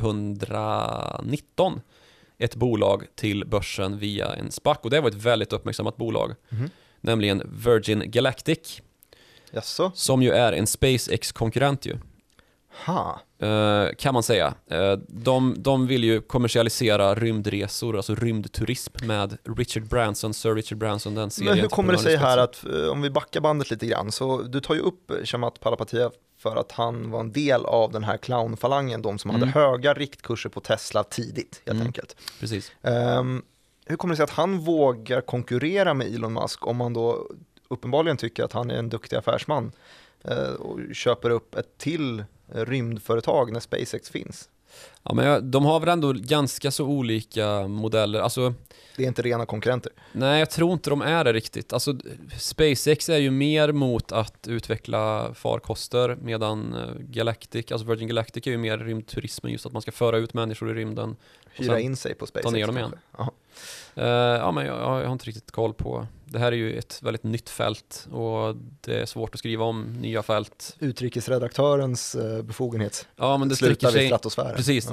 tjugonitton ett bolag till börsen via en SPAC, och det var ett väldigt uppmärksammat bolag, mm-hmm. nämligen Virgin Galactic. Jaså? Som ju är en SpaceX-konkurrent ju. Ha. Uh, kan man säga. Uh, de, de vill ju kommersialisera rymdresor, alltså rymdturism med Richard Branson, Sir Richard Branson, den serien. Men hur kommer det sig här att, om vi backar bandet lite grann, så du tar ju upp Chamath Palihapitiya för att han var en del av den här clownfalangen, de som mm. hade höga riktkurser på Tesla tidigt, helt mm. enkelt. Precis. Um, hur kommer det sig att han vågar konkurrera med Elon Musk om man då uppenbarligen tycker att han är en duktig affärsman uh, och köper upp ett till rymdföretag när SpaceX finns? Ja, men de har väl ändå ganska så olika modeller. Alltså, det är inte rena konkurrenter. Nej, jag tror inte de är det riktigt. Alltså, SpaceX är ju mer mot att utveckla farkoster, medan Galactic, alltså Virgin Galactic är ju mer rymdturismen, just att man ska föra ut människor i rymden. Hyra in sig på SpaceX. Ta ner dem igen. Uh, ja, men jag, jag har inte riktigt koll på. Det här är ju ett väldigt nytt fält och det är svårt att skriva om nya fält. Utrikesredaktörens uh, befogenhet. Ja, men det slutar sig... vid stratosfären. Precis.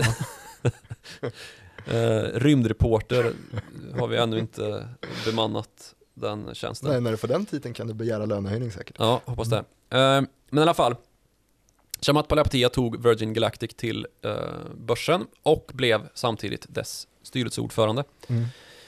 uh, rymdreporter har vi ännu inte bemannat den tjänsten. Nej, när du får den titeln kan du begära lönehöjning säkert. Ja, hoppas det. Uh, men i alla fall. Chamath Palihapitiya tog Virgin Galactic till uh, börsen och blev samtidigt dess styrelseordförande. Mm.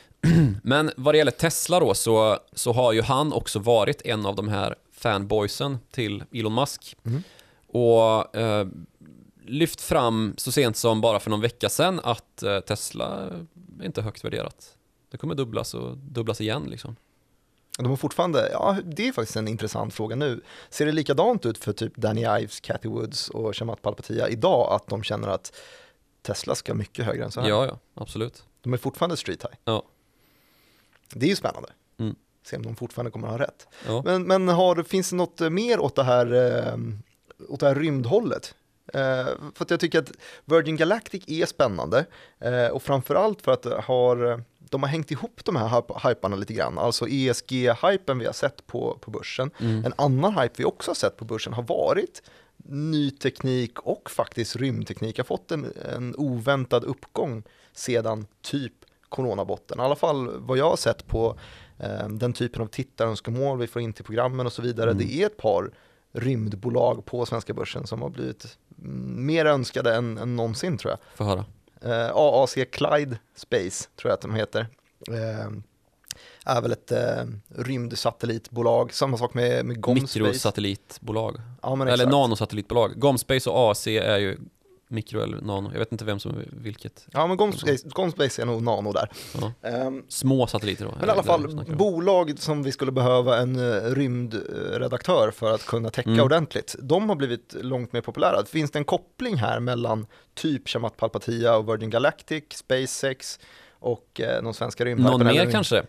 Men vad det gäller Tesla då så, så har ju han också varit en av de här fanboysen till Elon Musk. Mm. Och uh, lyft fram så sent som bara för någon vecka sedan att uh, Tesla är inte högt värderat. Det kommer dubblas och dubblas igen liksom. De har fortfarande, ja det är faktiskt en intressant fråga nu. Ser det likadant ut för typ Danny Ives, Cathie Woods och Chamath Palihapitiya idag att de känner att Tesla ska mycket högre än så här? Ja, ja, absolut. De är fortfarande street high. Ja. Det är ju spännande. Mm. Se om de fortfarande kommer att ha rätt. Ja. Men, men har, finns det något mer åt det här, eh, åt det här rymdhållet? Eh, för att jag tycker att Virgin Galactic är spännande eh, och framförallt för att det har... De har hängt ihop de här hyparna lite grann. Alltså E S G-hypen vi har sett på, på börsen. Mm. En annan hype vi också har sett på börsen har varit ny teknik och faktiskt rymdteknik. Har fått en, en oväntad uppgång sedan typ coronabotten. I alla fall vad jag har sett på eh, den typen av tittarönskemål vi får in till programmen och så vidare. Mm. Det är ett par rymdbolag på svenska börsen som har blivit mer önskade än, än någonsin tror jag. Får höra. Uh, A A C Clyde Space tror jag att de heter. Uh, är väl ett uh, rymdsatellitbolag. Samma sak med, med Gomspace. Mikrosatellitbolag. Ja, men eller nanosatellitbolag. Gomspace och A A C är ju mikro eller nano. Jag vet inte vem som är vilket. Ja, men Gomspace, Gomspace är nog nano där. Ja. Um, Små satelliter då. Men i alla fall, bolag som vi skulle behöva en uh, rymdredaktör för att kunna täcka mm. ordentligt. De har blivit långt mer populära. Finns det en koppling här mellan typ Chamath Palihapitiya och Virgin Galactic, SpaceX och uh, de svenska rymdhypen? Någon mer kanske?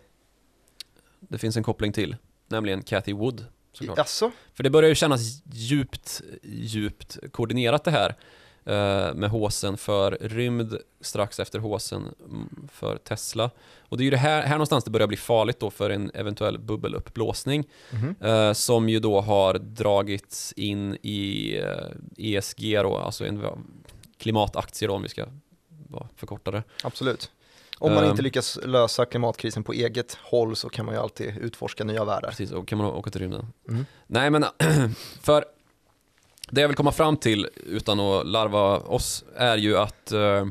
Det finns en koppling till. Nämligen Cathie Wood. Såklart. Alltså? För det börjar ju kännas djupt, djupt koordinerat det här. Med håsen för rymd strax efter håsen för Tesla. Och det är ju det här, här någonstans det börjar bli farligt då för en eventuell bubbeluppblåsning. Mm-hmm. eh, som ju då har dragits in i eh, E S G då, alltså en klimataktie då om vi ska vara förkortade. Absolut. Om man um, inte lyckas lösa klimatkrisen på eget håll så kan man ju alltid utforska nya världar. Precis, och kan man åka till rymden. Mm. Nej men för det jag vill komma fram till utan att larva oss är ju att uh,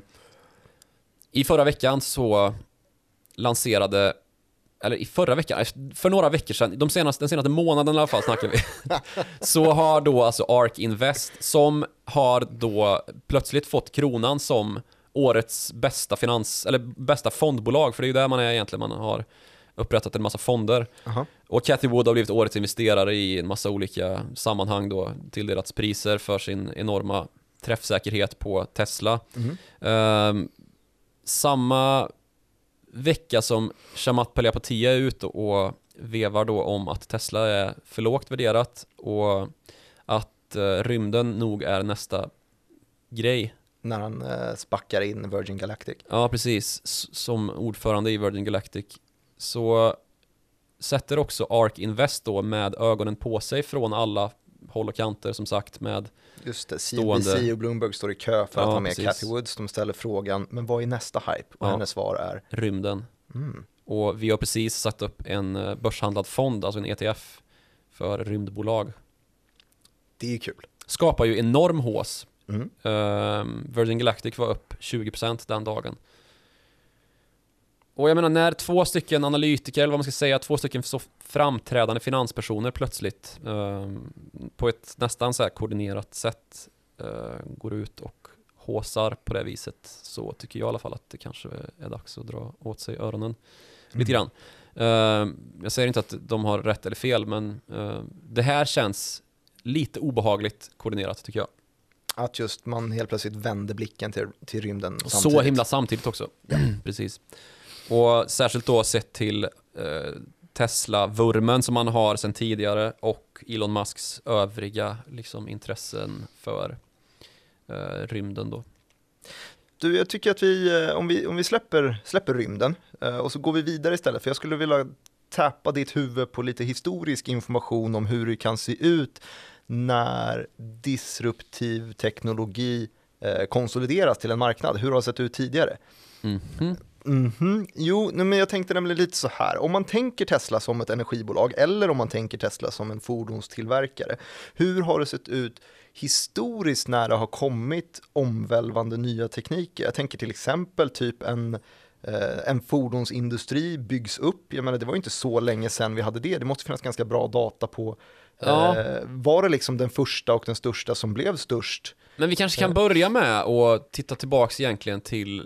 i förra veckan så lanserade, eller i förra veckan, för några veckor sedan, de senaste, den senaste månaden i alla fall snackar vi, så har då alltså ARK Invest som har då plötsligt fått kronan som årets bästa finans, eller bästa fondbolag, för det är ju där man är egentligen, man har upprättat en massa fonder. Uh-huh. Och Cathie Wood har blivit årets investerare i en massa olika sammanhang då, tilldelats priser för sin enorma träffsäkerhet på Tesla. Mm. Um, samma vecka som Chamath Palihapitiya är ute och vevar då om att Tesla är för lågt värderat och att uh, rymden nog är nästa grej. När han uh, spackar in Virgin Galactic. Ja, precis. S- som ordförande i Virgin Galactic så sätter också ARK Invest då med ögonen på sig från alla håll och kanter som sagt med just det, C N B C och Bloomberg står i kö för ja, att ha med precis. Cathie Woods. De ställer frågan, men vad är nästa hype? Och ja. hennes svar är rymden. Mm. Och vi har precis satt upp en börshandlad fond, alltså en E T F för rymdbolag. Det är ju kul. Skapar ju enorm hås. Mm. Uh, Virgin Galactic var upp tjugo procent den dagen. Och jag menar när två stycken analytiker, eller vad man ska säga, två stycken så framträdande finanspersoner plötsligt uh, på ett nästan så här koordinerat sätt uh, går ut och håsar på det viset, så tycker jag i alla fall att det kanske är dags att dra åt sig öronen mm. lite grann. Uh, jag säger inte att de har rätt eller fel, men uh, det här känns lite obehagligt koordinerat tycker jag. Att just man helt plötsligt vänder blicken till, till rymden samtidigt. Så himla samtidigt också. Ja. Precis. Och särskilt då sett till eh, Tesla-vurmen som man har sedan tidigare och Elon Musks övriga liksom, intressen för eh, rymden då. Du, jag tycker att vi, om vi, om vi släpper, släpper rymden Eh, och så går vi vidare istället, för jag skulle vilja tappa ditt huvud på lite historisk information om hur det kan se ut när disruptiv teknologi eh, konsolideras till en marknad. Hur har det sett ut tidigare? Mm-hmm. Mm-hmm. Jo, men jag tänkte nämligen lite så här. Om man tänker Tesla som ett energibolag eller om man tänker Tesla som en fordonstillverkare, hur har det sett ut historiskt när det har kommit omvälvande nya tekniker? Jag tänker till exempel typ en, eh, en fordonsindustri byggs upp. Jag menar, det var ju inte så länge sedan vi hade det. Det måste finnas ganska bra data på. Ja. Eh, var det liksom den första och den största som blev störst? Men vi kanske kan börja med att titta tillbaks egentligen till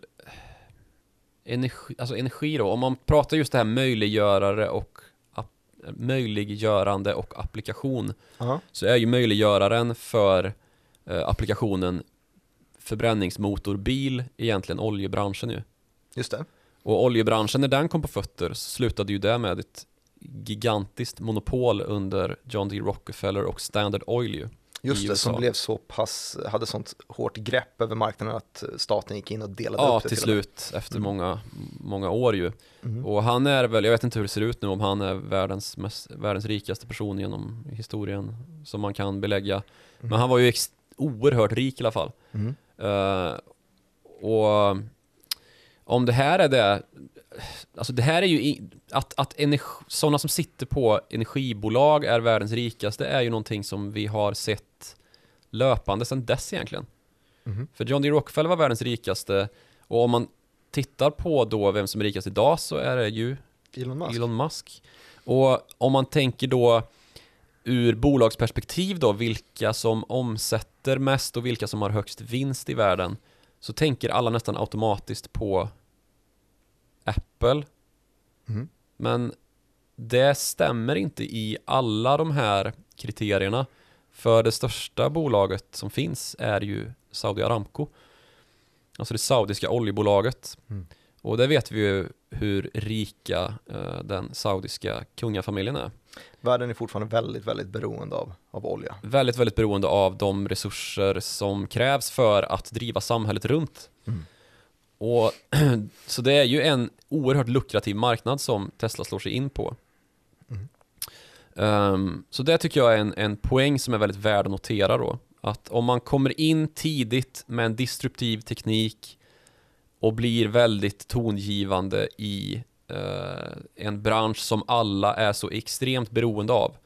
energi, alltså energi då. Om man pratar just det här möjliggörare och möjliggörande och applikation, Uh-huh. så är ju möjliggöraren för eh, applikationen förbränningsmotorbil egentligen oljebranschen ju. Just det. Och oljebranschen, när den kom på fötter, så slutade ju det med ett gigantiskt monopol under John D. Rockefeller och Standard Oil ju. Just det, som blev så pass, hade sånt hårt grepp över marknaden att staten gick in och delade ja, upp det. till, till slut, efter mm. många, många år ju. Mm. Och han är väl, jag vet inte hur det ser ut nu, om han är världens, mest, världens rikaste person genom historien som man kan belägga. Mm. Men han var ju ex- oerhört rik i alla fall. Mm. Uh, och om det här är det, alltså det här är ju i, att, att energi, sådana som sitter på energibolag är världens rikaste är ju någonting som vi har sett löpande sedan dess egentligen. Mm. För John D. Rockefeller var världens rikaste, och om man tittar på då vem som är rikast idag, så är det ju Elon Musk. Elon Musk. Och om man tänker då ur bolagsperspektiv då, vilka som omsätter mest och vilka som har högst vinst i världen, så tänker alla nästan automatiskt på Apple. Mm. Men det stämmer inte i alla de här kriterierna. För det största bolaget som finns är ju Saudi Aramco. Alltså det saudiska oljebolaget. Mm. Och det vet vi ju hur rika eh, den saudiska kungafamiljen är. Världen är fortfarande väldigt, väldigt beroende av, av olja. Väldigt, väldigt beroende av de resurser som krävs för att driva samhället runt. Mm. Och så det är ju en oerhört lukrativ marknad som Tesla slår sig in på. Mm. Um, så det tycker jag är en, en poäng som är väldigt värd att notera då. Att om man kommer in tidigt med en disruptiv teknik och blir väldigt tongivande i uh, en bransch som alla är så extremt beroende av,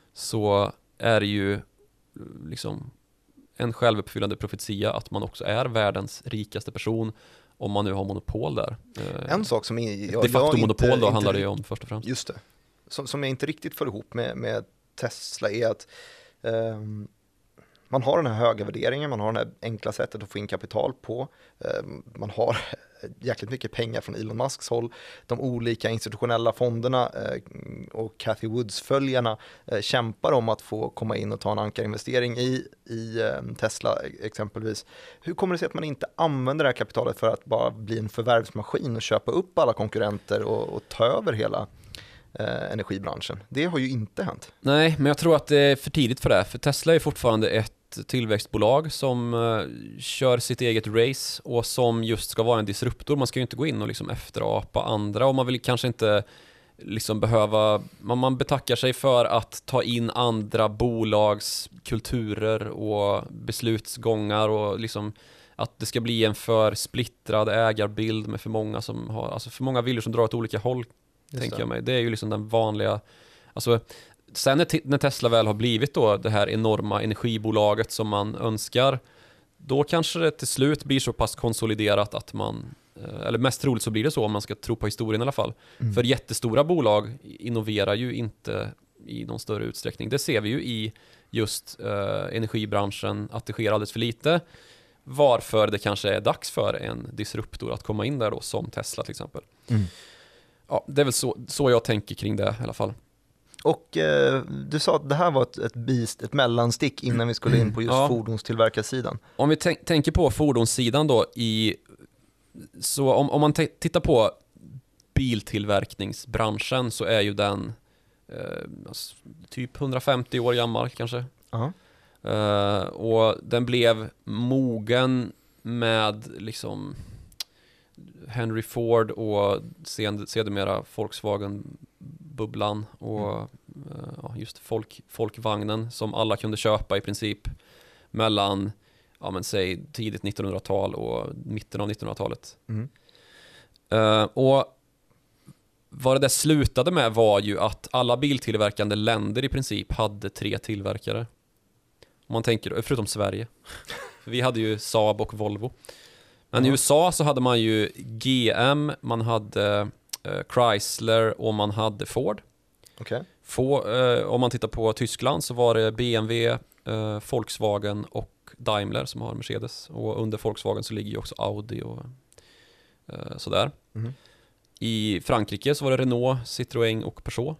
så är det ju liksom en självuppfyllande profetia att man också är världens rikaste person, om man nu har monopol där. En sak som är, jag, de facto jag monopol inte, då inte, handlar det ju om först och främst. Just det. Som, som jag inte riktigt får ihop med, med Tesla är att um, man har den här höga värderingen, man har det här enkla sättet att få in kapital på. Um, man har jäkligt mycket pengar från Elon Musks håll. De olika institutionella fonderna uh, och Cathy Woods-följarna uh, kämpar om att få komma in och ta en ankarinvestering i, i um, Tesla exempelvis. Hur kommer det sig att man inte använder det här kapitalet för att bara bli en förvärvsmaskin och köpa upp alla konkurrenter och, och ta över hela Eh, energibranschen? Det har ju inte hänt. Nej, men jag tror att det är för tidigt för det. För Tesla är fortfarande ett tillväxtbolag som eh, kör sitt eget race och som just ska vara en disruptor. Man ska ju inte gå in och liksom efterapa andra, och man vill kanske inte liksom behöva, man, man betackar sig för att ta in andra bolags kulturer och beslutsgångar, och liksom att det ska bli en för splittrad ägarbild med för många som har, alltså för många viljor som drar åt olika håll. Tänker jag mig. Det är ju liksom den vanliga, alltså sen när, t- när Tesla väl har blivit då det här enorma energibolaget som man önskar, då kanske det till slut blir så pass konsoliderat att man, eller mest troligt så blir det så om man ska tro på historien i alla fall. Mm. För jättestora bolag innoverar ju inte i någon större utsträckning. Det ser vi ju i just eh, energibranschen, att det sker alldeles för lite. Varför det kanske är dags för en disruptor att komma in där då, som Tesla till exempel. Mm. Ja, det är väl så, så jag tänker kring det i alla fall. Och eh, du sa att det här var ett, ett, bist, ett mellanstick innan vi skulle in på just ja. fordonstillverkarsidan. Om vi tänk, tänker på fordonssidan då, i, så om, om man t- tittar på biltillverkningsbranschen, så är ju den eh, alltså, typ hundrafemtio år gammal kanske. Uh-huh. Eh, och den blev mogen med liksom Henry Ford och sen, sedermera Volkswagen-bubblan och mm. ja, just folk, folkvagnen som alla kunde köpa i princip mellan, ja men säg tidigt nittonhundratal och mitten av nittonhundratalet. Mm. Uh, och vad det där slutade med var ju att alla biltillverkande länder i princip hade tre tillverkare. Om man tänker, förutom Sverige. Vi hade ju Saab och Volvo. Men ja. I U S A så hade man ju G M, man hade uh, Chrysler och man hade Ford. Okay. Få, uh, om man tittar på Tyskland så var det B M W, uh, Volkswagen och Daimler som har Mercedes. Och under Volkswagen så ligger ju också Audi och uh, sådär. Mm. I Frankrike så var det Renault, Citroën och Peugeot.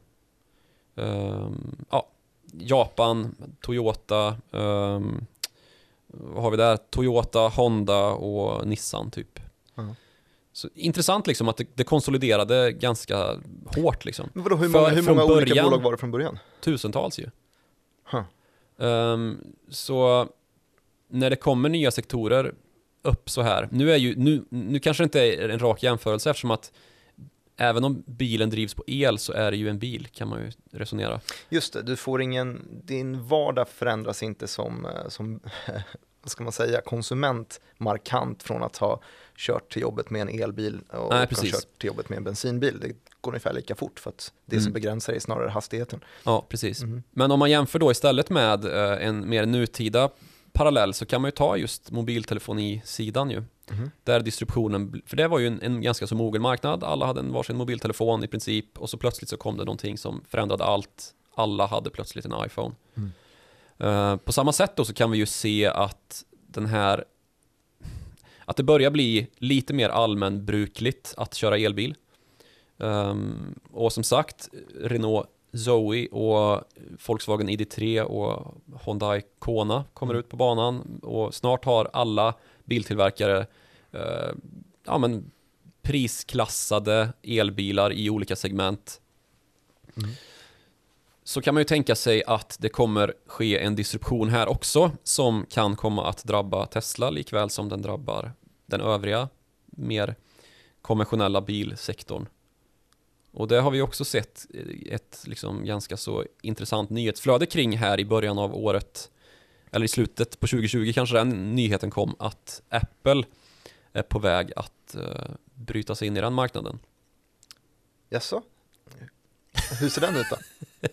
Um, ja, Japan, Toyota, um, vad har vi där? Toyota, Honda och Nissan typ. Uh-huh. Så intressant liksom att det, det konsoliderade ganska hårt liksom. Men vadå, hur många, hur många början, olika bolag var det från början? Tusentals ju. Huh. Um, så när det kommer nya sektorer upp så här. Nu är ju nu, nu kanske det inte är en rak jämförelse eftersom att även om bilen drivs på el så är det ju en bil, kan man ju resonera. Just det, du får ingen, din vardag förändras inte som, som vad ska man säga, konsument markant från att ha kört till jobbet med en elbil och Nej, kört till jobbet med en bensinbil. Det går ungefär lika fort för att det mm. som begränsar är snarare hastigheten. Ja, precis. Mm. Men om man jämför då istället med en mer nutida parallell så kan man ju ta just mobiltelefoni-sidan ju. Mm. Där distributionen, för det var ju en, en ganska så mogen marknad. Alla hade en varsin mobiltelefon i princip och så plötsligt så kom det någonting som förändrade allt. Alla hade plötsligt en iPhone. Mm. Uh, på samma sätt då så kan vi ju se att den här att det börjar bli lite mer allmänbrukligt att köra elbil. Um, och som sagt, Renault Zoe och Volkswagen I D tre och Hyundai Kona kommer mm. ut på banan och snart har alla biltillverkare eh, ja, men prisklassade elbilar i olika segment. Mm. Så kan man ju tänka sig att det kommer ske en disruption här också som kan komma att drabba Tesla likväl som den drabbar den övriga mer konventionella bilsektorn. Och det har vi också sett ett liksom ganska så intressant nyhetsflöde kring här i början av året. Eller i slutet på tjugo tjugo kanske den nyheten kom att Apple är på väg att uh, bryta sig in i den marknaden. Jaså? Hur ser den ut då?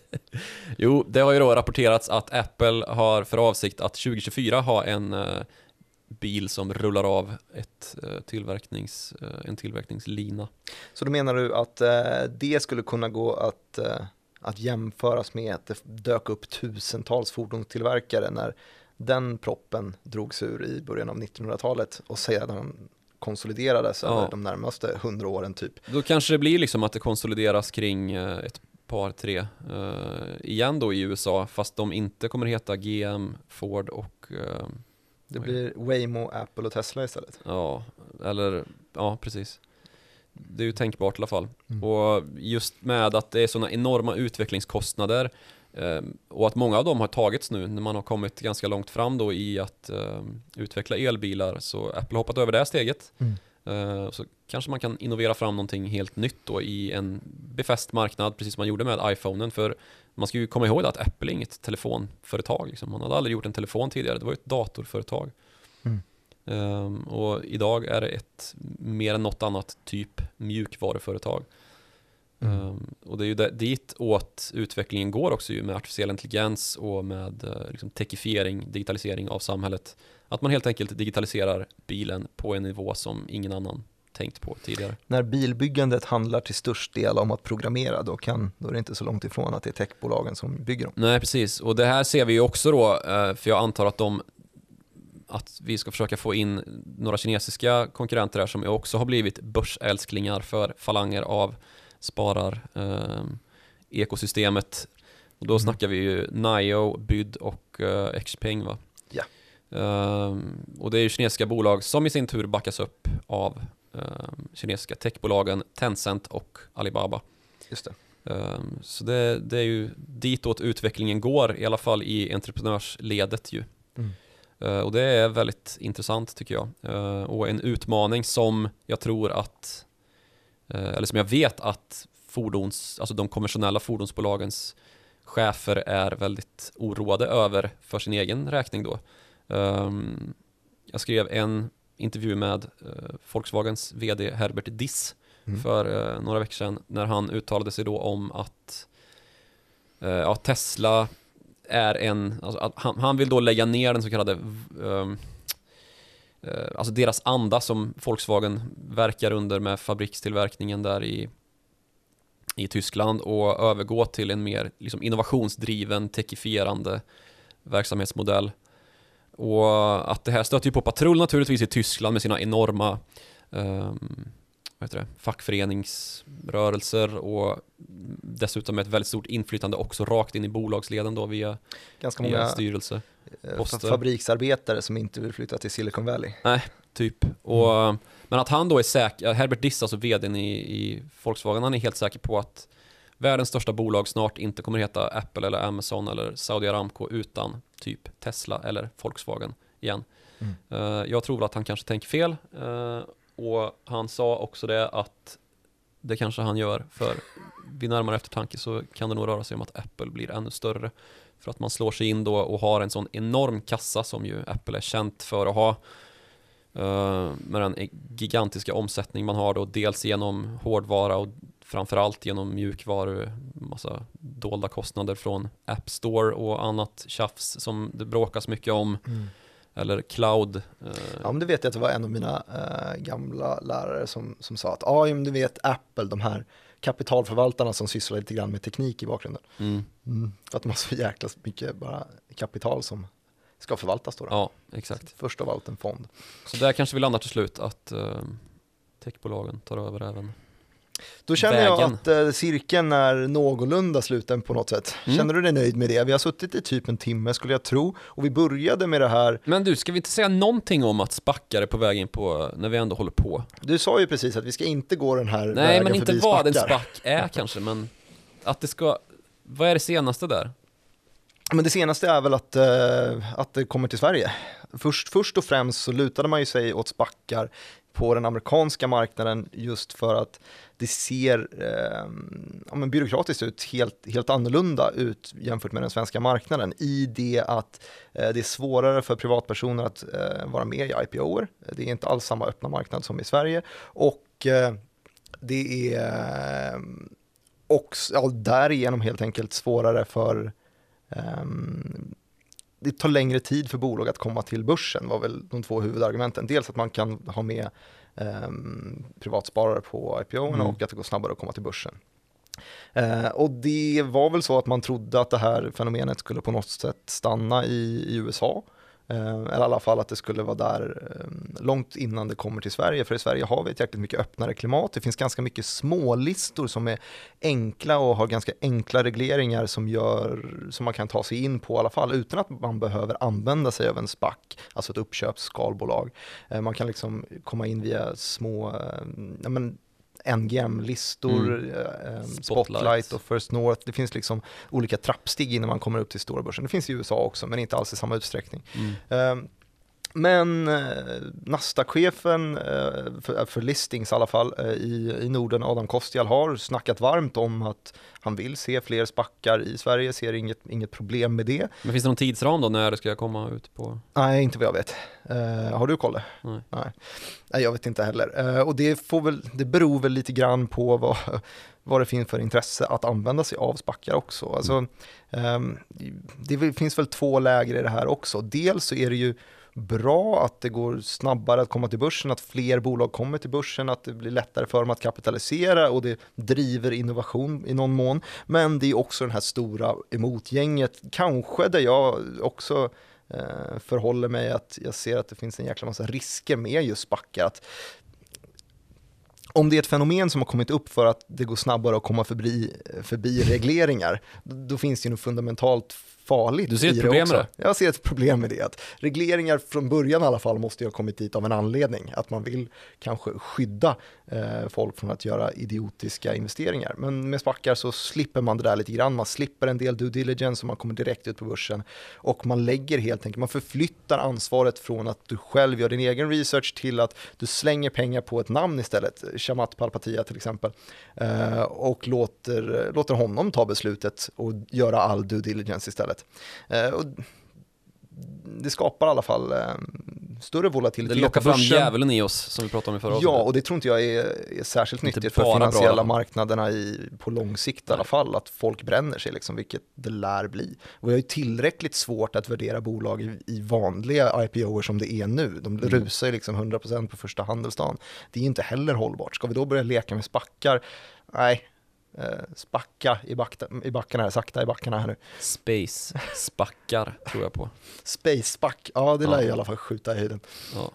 Jo, det har ju då rapporterats att Apple har för avsikt att tjugo tjugofyra ha en uh, bil som rullar av ett, uh, tillverknings, uh, en tillverkningslina. Så då menar du att uh, det skulle kunna gå att... Uh... att jämföras med att det dök upp tusentals fordonstillverkare när den proppen drogs ur i början av nittonhundratalet och sedan konsoliderades ja. över de närmaste hundra åren typ. Då kanske det blir liksom att det konsolideras kring ett par, tre uh, igen då i U S A fast de inte kommer heta G M, Ford och... Uh, det blir Waymo, Apple och Tesla istället. Ja, eller... Ja, precis. Det är ju tänkbart i alla fall. Mm. Och just med att det är sådana enorma utvecklingskostnader eh, och att många av dem har tagits nu när man har kommit ganska långt fram då i att eh, utveckla elbilar så Apple har hoppat över det här steget. Mm. Eh, så kanske man kan innovera fram någonting helt nytt då i en befäst marknad precis som man gjorde med iPhonen. För man ska ju komma ihåg att Apple är inget telefonföretag. Liksom. Man hade aldrig gjort en telefon tidigare. Det var ju ett datorföretag. Mm. Um, och idag är det ett mer än något annat typ mjukvaruföretag. Mm. Um, och det är ju det, dit åt utvecklingen går också ju med artificiell intelligens och med uh, liksom techifiering, digitalisering av samhället. Att man helt enkelt digitaliserar bilen på en nivå som ingen annan tänkt på tidigare. När bilbyggandet handlar till störst del om att programmera då, kan, då är det inte så långt ifrån att det är techbolagen som bygger dem. Nej, precis. Och det här ser vi ju också då, uh, för jag antar att de att vi ska försöka få in några kinesiska konkurrenter här som också har blivit börsälsklingar för falanger av sparar eh, ekosystemet. Och då mm. snackar vi ju Nio, Byd och eh, Xpeng va? Ja. Eh, och det är ju kinesiska bolag som i sin tur backas upp av eh, kinesiska techbolagen Tencent och Alibaba. Just det. Eh, så det, det är ju ditåt utvecklingen går i alla fall i entreprenörsledet ju. Mm. Uh, och det är väldigt intressant tycker jag. Uh, och en utmaning som jag tror att, uh, eller som jag vet att fordons, alltså de konventionella fordonsbolagens chefer är väldigt oroade över för sin egen räkning då. Um, jag skrev en intervju med uh, Volkswagens vd Herbert Diss mm. för uh, några veckor sedan när han uttalade sig då om att uh, ja, Tesla är en, alltså att han, han vill då lägga ner den så kallade um, uh, alltså deras anda som Volkswagen verkar under med fabrikstillverkningen där i i Tyskland och övergå till en mer liksom, innovationsdriven, techifierande verksamhetsmodell. Och att det här stöter ju på patrull naturligtvis i Tyskland med sina enorma um, vad heter det, fackföreningsrörelser och dessutom med ett väldigt stort inflytande också rakt in i bolagsleden då via, ganska via många styrelse. Poster. Fabriksarbetare som inte vill flytta till Silicon Valley. Nej, typ. Och, mm. Men att han då är säker, Herbert Diss, alltså vdn i, i Volkswagen, han är helt säker på att världens största bolag snart inte kommer heta Apple eller Amazon eller Saudi Aramco utan typ Tesla eller Volkswagen igen. Mm. Uh, jag tror att han kanske tänker fel. Uh, och han sa också det att det kanske han gör, för vid närmare eftertanke så kan det nog röra sig om att Apple blir ännu större. För att man slår sig in då och har en sån enorm kassa som ju Apple är känt för att ha. Uh, med den gigantiska omsättning man har då, dels genom hårdvara och framförallt genom mjukvaru, massa dolda kostnader från App Store och annat tjafs som det bråkas mycket om. Mm. Eller cloud. Uh. Ja, men det vet jag att det var en av mina uh, gamla lärare som, som sa att ja, men du vet Apple, de här kapitalförvaltarna som sysslar lite grann med teknik i bakgrunden. Mm. Mm. För att de har så jäkla mycket bara kapital som ska förvaltas då. då. Ja, exakt. Så först av allt en fond. Så där kanske vi landar till slut att uh, techbolagen tar över även Då känner vägen. jag att uh, cirkeln är någorlunda sluten på något sätt. Mm. Känner du dig nöjd med det? Vi har suttit i typ en timme skulle jag tro. Och vi började med det här. Men du, ska vi inte säga någonting om att spackar är på väg in på när vi ändå håller på? Du sa ju precis att vi ska inte gå den här Nej, vägen men inte förbi vad spackar. en spack är kanske, men att det ska... Vad är det senaste där? Men det senaste är väl att, uh, att det kommer till Sverige. Först, först och främst så lutade man ju sig åt spackar på den amerikanska marknaden just för att det ser eh, ja, men byråkratiskt ut, helt, helt annorlunda ut jämfört med den svenska marknaden, i det att eh, det är svårare för privatpersoner att eh, vara med i I P O-er. Det är inte alls samma öppna marknad som i Sverige och eh, det är eh, också, ja, därigenom helt enkelt svårare för eh, det tar längre tid för bolag att komma till börsen, var väl de två huvudargumenten. Dels att man kan ha med eh, privatsparare på I P O-erna mm. och att det går snabbare att komma till börsen. Eh, och det var väl så att man trodde att det här fenomenet skulle på något sätt stanna i, i U S A. Eh, eller i alla fall att det skulle vara där eh, långt innan det kommer till Sverige. För i Sverige har vi ett jäkligt mycket öppnare klimat. Det finns ganska mycket smålistor som är enkla och har ganska enkla regleringar som gör som man kan ta sig in på i alla fall utan att man behöver använda sig av en SPAC, alltså ett uppköpsskalbolag. Eh, man kan liksom komma in via små eh, ja, men, N G M-listor, mm. eh, Spotlight. Spotlight och First North. Det finns liksom olika trappsteg innan man kommer upp till stora börsen. Det finns i U S A också, men inte alls i samma utsträckning. Mm. Eh, men eh, Nasdaq-chefen eh, för, för listings i alla fall eh, i, i Norden, Adam Kostial, har snackat varmt om att han vill se fler spackar i Sverige, ser inget, inget problem med det. Men finns det någon tidsram då när det ska komma ut på? Nej, inte vad jag vet. Eh, har du koll? Nej. Nej. Nej, jag vet inte heller. Eh, och det, får väl, det beror väl lite grann på vad, vad det finns för intresse att använda sig av spackar också. Alltså, eh, det finns väl två läger i det här också. Dels så är det ju bra att det går snabbare att komma till börsen, att fler bolag kommer till börsen, att det blir lättare för dem att kapitalisera och det driver innovation i någon mån. Men det är också den här stora emotgänget, kanske där jag också eh, förhåller mig att jag ser att det finns en jäkla massa risker med just spackar. Att om det är ett fenomen som har kommit upp för att det går snabbare att komma förbi, förbi regleringar, då finns det ju något fundamentalt farligt. Du ser ett i problem också. med det? Jag ser ett problem med det. Att regleringar från början i alla fall måste ju ha kommit dit av en anledning. Att man vill kanske skydda eh, folk från att göra idiotiska investeringar. Men med SPACar så slipper man det där lite grann. Man slipper en del due diligence och man kommer direkt ut på börsen. Och man lägger helt enkelt, man förflyttar ansvaret från att du själv gör din egen research till att du slänger pengar på ett namn istället. Shamat Palihapitiya till exempel. Eh, och låter, låter honom ta beslutet och göra all due diligence istället. Eh, och det skapar i alla fall eh, större volatilitet. Det lockar fram djävulen i oss som vi pratade om i förra Ja, och det tror inte jag är, är särskilt Inte nyttigt för bara finansiella bra. marknaderna i, på lång sikt i alla fall, att folk bränner sig, liksom, vilket det lär bli. Och vi har ju tillräckligt svårt att värdera bolag i, i vanliga I P O:er som det är nu. De Mm. rusar ju liksom hundra procent på första handelsdagen. Det är inte heller hållbart. Ska vi då börja leka med SPACar? Nej. Eh, spacka i, bakta, i backarna här, sakta i backarna här nu. Space, spackar tror jag på. Space spack, ja det lär Ja. i alla fall skjuta i höjden. Ja.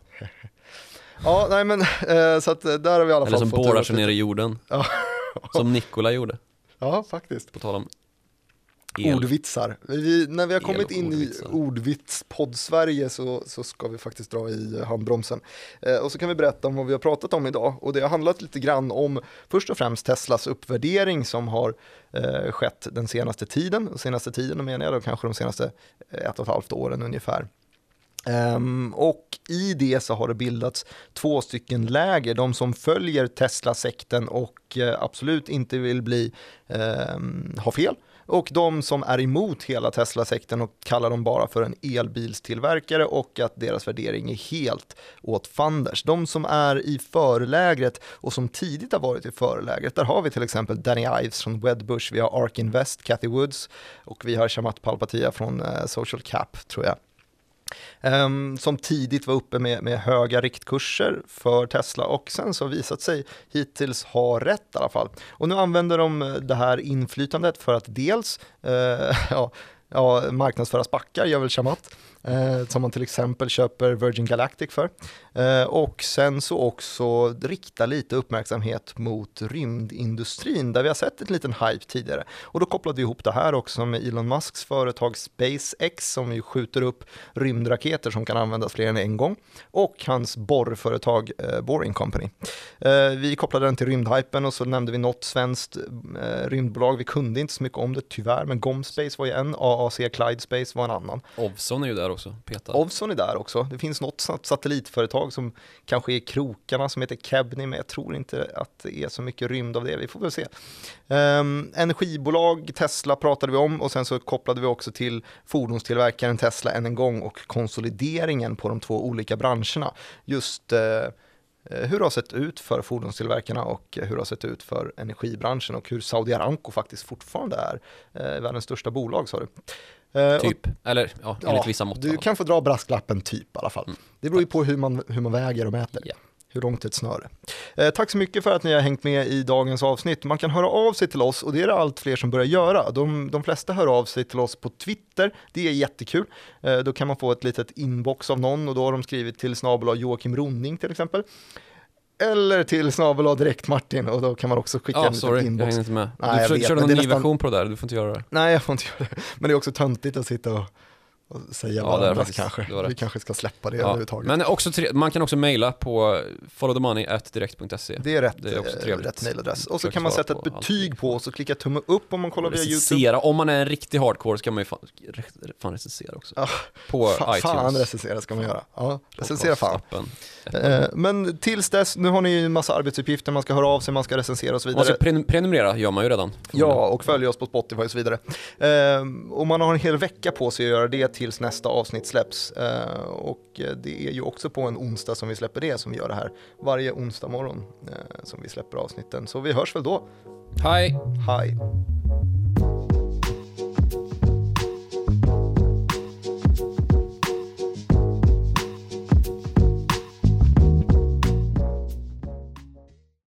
Ja, nej men eh, så att där har vi i alla Eller fall som fått borrar ut sig ner i jorden. Ja. Som Nikola gjorde, Ja, faktiskt. på tal om el. Ordvitsar. Vi, när vi har El kommit och in ordvitsar. i ordvitspodd-Sverige så, så ska vi faktiskt dra i handbromsen. Eh, och så kan vi berätta om vad vi har pratat om idag. Och det har handlat lite grann om först och främst Teslas uppvärdering som har eh, skett den senaste tiden. Den senaste tiden, då menar jag då kanske de senaste ett och ett halvt åren ungefär. Um, och i det så har det bildats två stycken läger, de som följer Tesla-sekten och uh, absolut inte vill bli um, ha fel, och de som är emot hela Tesla-sekten och kallar dem bara för en elbilstillverkare och att deras värdering är helt åt fanders. De som är i förlägret och som tidigt har varit i förlägret, där har vi till exempel Danny Ives från Wedbush, vi har Ark Invest, Cathy Woods och vi har Shamat Palihapitiya från uh, Social Cap tror jag. Um, som tidigt var uppe med, med höga riktkurser för Tesla och sen så har visat sig hittills ha rätt i alla fall. Och nu använder de det här inflytandet för att dels uh, ja, ja, marknadsföra SPACar, gör väl Shamat, eh, som man till exempel köper Virgin Galactic för. Eh, och sen så också rikta lite uppmärksamhet mot rymdindustrin, där vi har sett en liten hype tidigare. Och då kopplade vi ihop det här också med Elon Musks företag SpaceX, som ju skjuter upp rymdraketer som kan användas fler än en gång, och hans borrföretag eh, Boring Company. Eh, vi kopplade den till rymdhypen och så nämnde vi något svenskt eh, rymdbolag. Vi kunde inte så mycket om det tyvärr, men Gomspace var ju en, A A C Clyde Space var en annan. Ovzon är ju där också, petar. Ovzon är där också. Det finns något satellitföretag som kanske är krokarna som heter Kebni, men jag tror inte att det är så mycket rymd av det. Vi får väl se. Um, energibolag, Tesla pratade vi om, och sen så kopplade vi också till fordonstillverkaren Tesla än en gång och konsolideringen på de två olika branscherna. Just uh, hur det har sett ut för fordonstillverkarna och hur det har sett ut för energibranschen, och hur Saudi Aramco faktiskt fortfarande är uh, världens största bolag, sa du. Uh, Typ, eller ja, enligt ja, vissa mått. du kan få dra brasklappen typ i alla fall. Mm. Det beror ju på hur man, hur man väger och mäter. Ja. Hur långt ett snöre. Eh, tack så mycket för att ni har hängt med i dagens avsnitt. Man kan höra av sig till oss, och det är det allt fler som börjar göra. De, de flesta hör av sig till oss på Twitter. Det är jättekul. Eh, då kan man få ett litet inbox av någon, och då har de skrivit till snabel-a Joakim Ronning till exempel. Eller till snabel-a direkt Martin, och då kan man också skicka Ja, en sorry, liten inbox. jag hänger inte med. Nej, Du jag försökte vet, köra men någon det är ny nästan- version på det där, du får inte göra det. Nej, jag får inte göra det. Men det är också töntigt att sitta och, och säga Ja, det är varandras faktiskt- kanske. det var Vi rätt. kanske ska släppa det Ja, överhuvudtaget. men också tre- man kan också mejla på follow the money at direkt punkt se. Det är rätt, Det är också eh, trevligt. rätt mailadress. Och så Försöker kan man svara sätta ett på betyg allting. på oss och klicka tumme upp om man kollar via YouTube. Recensera, om man är en riktig hardcore ska man ju fan, re- fan recensera också. Ah, På Fa- fan iTunes. recensera ska man göra. Ja, recensera fan. Podcastappen. Eh, men tills dess, nu har ni ju en massa arbetsuppgifter, man ska höra av sig, man ska recensera och så Man vidare. ska pre- prenumerera, gör man ju redan. Ja, och följa oss på Spotify och så vidare. Eh, och man har en hel vecka på sig att göra det tills nästa avsnitt släpps. Eh, och det är ju också på en onsdag som vi släpper det, som vi gör det här varje onsdag morgon eh, som vi släpper avsnitten. Så vi hörs väl då. Hej! Hej!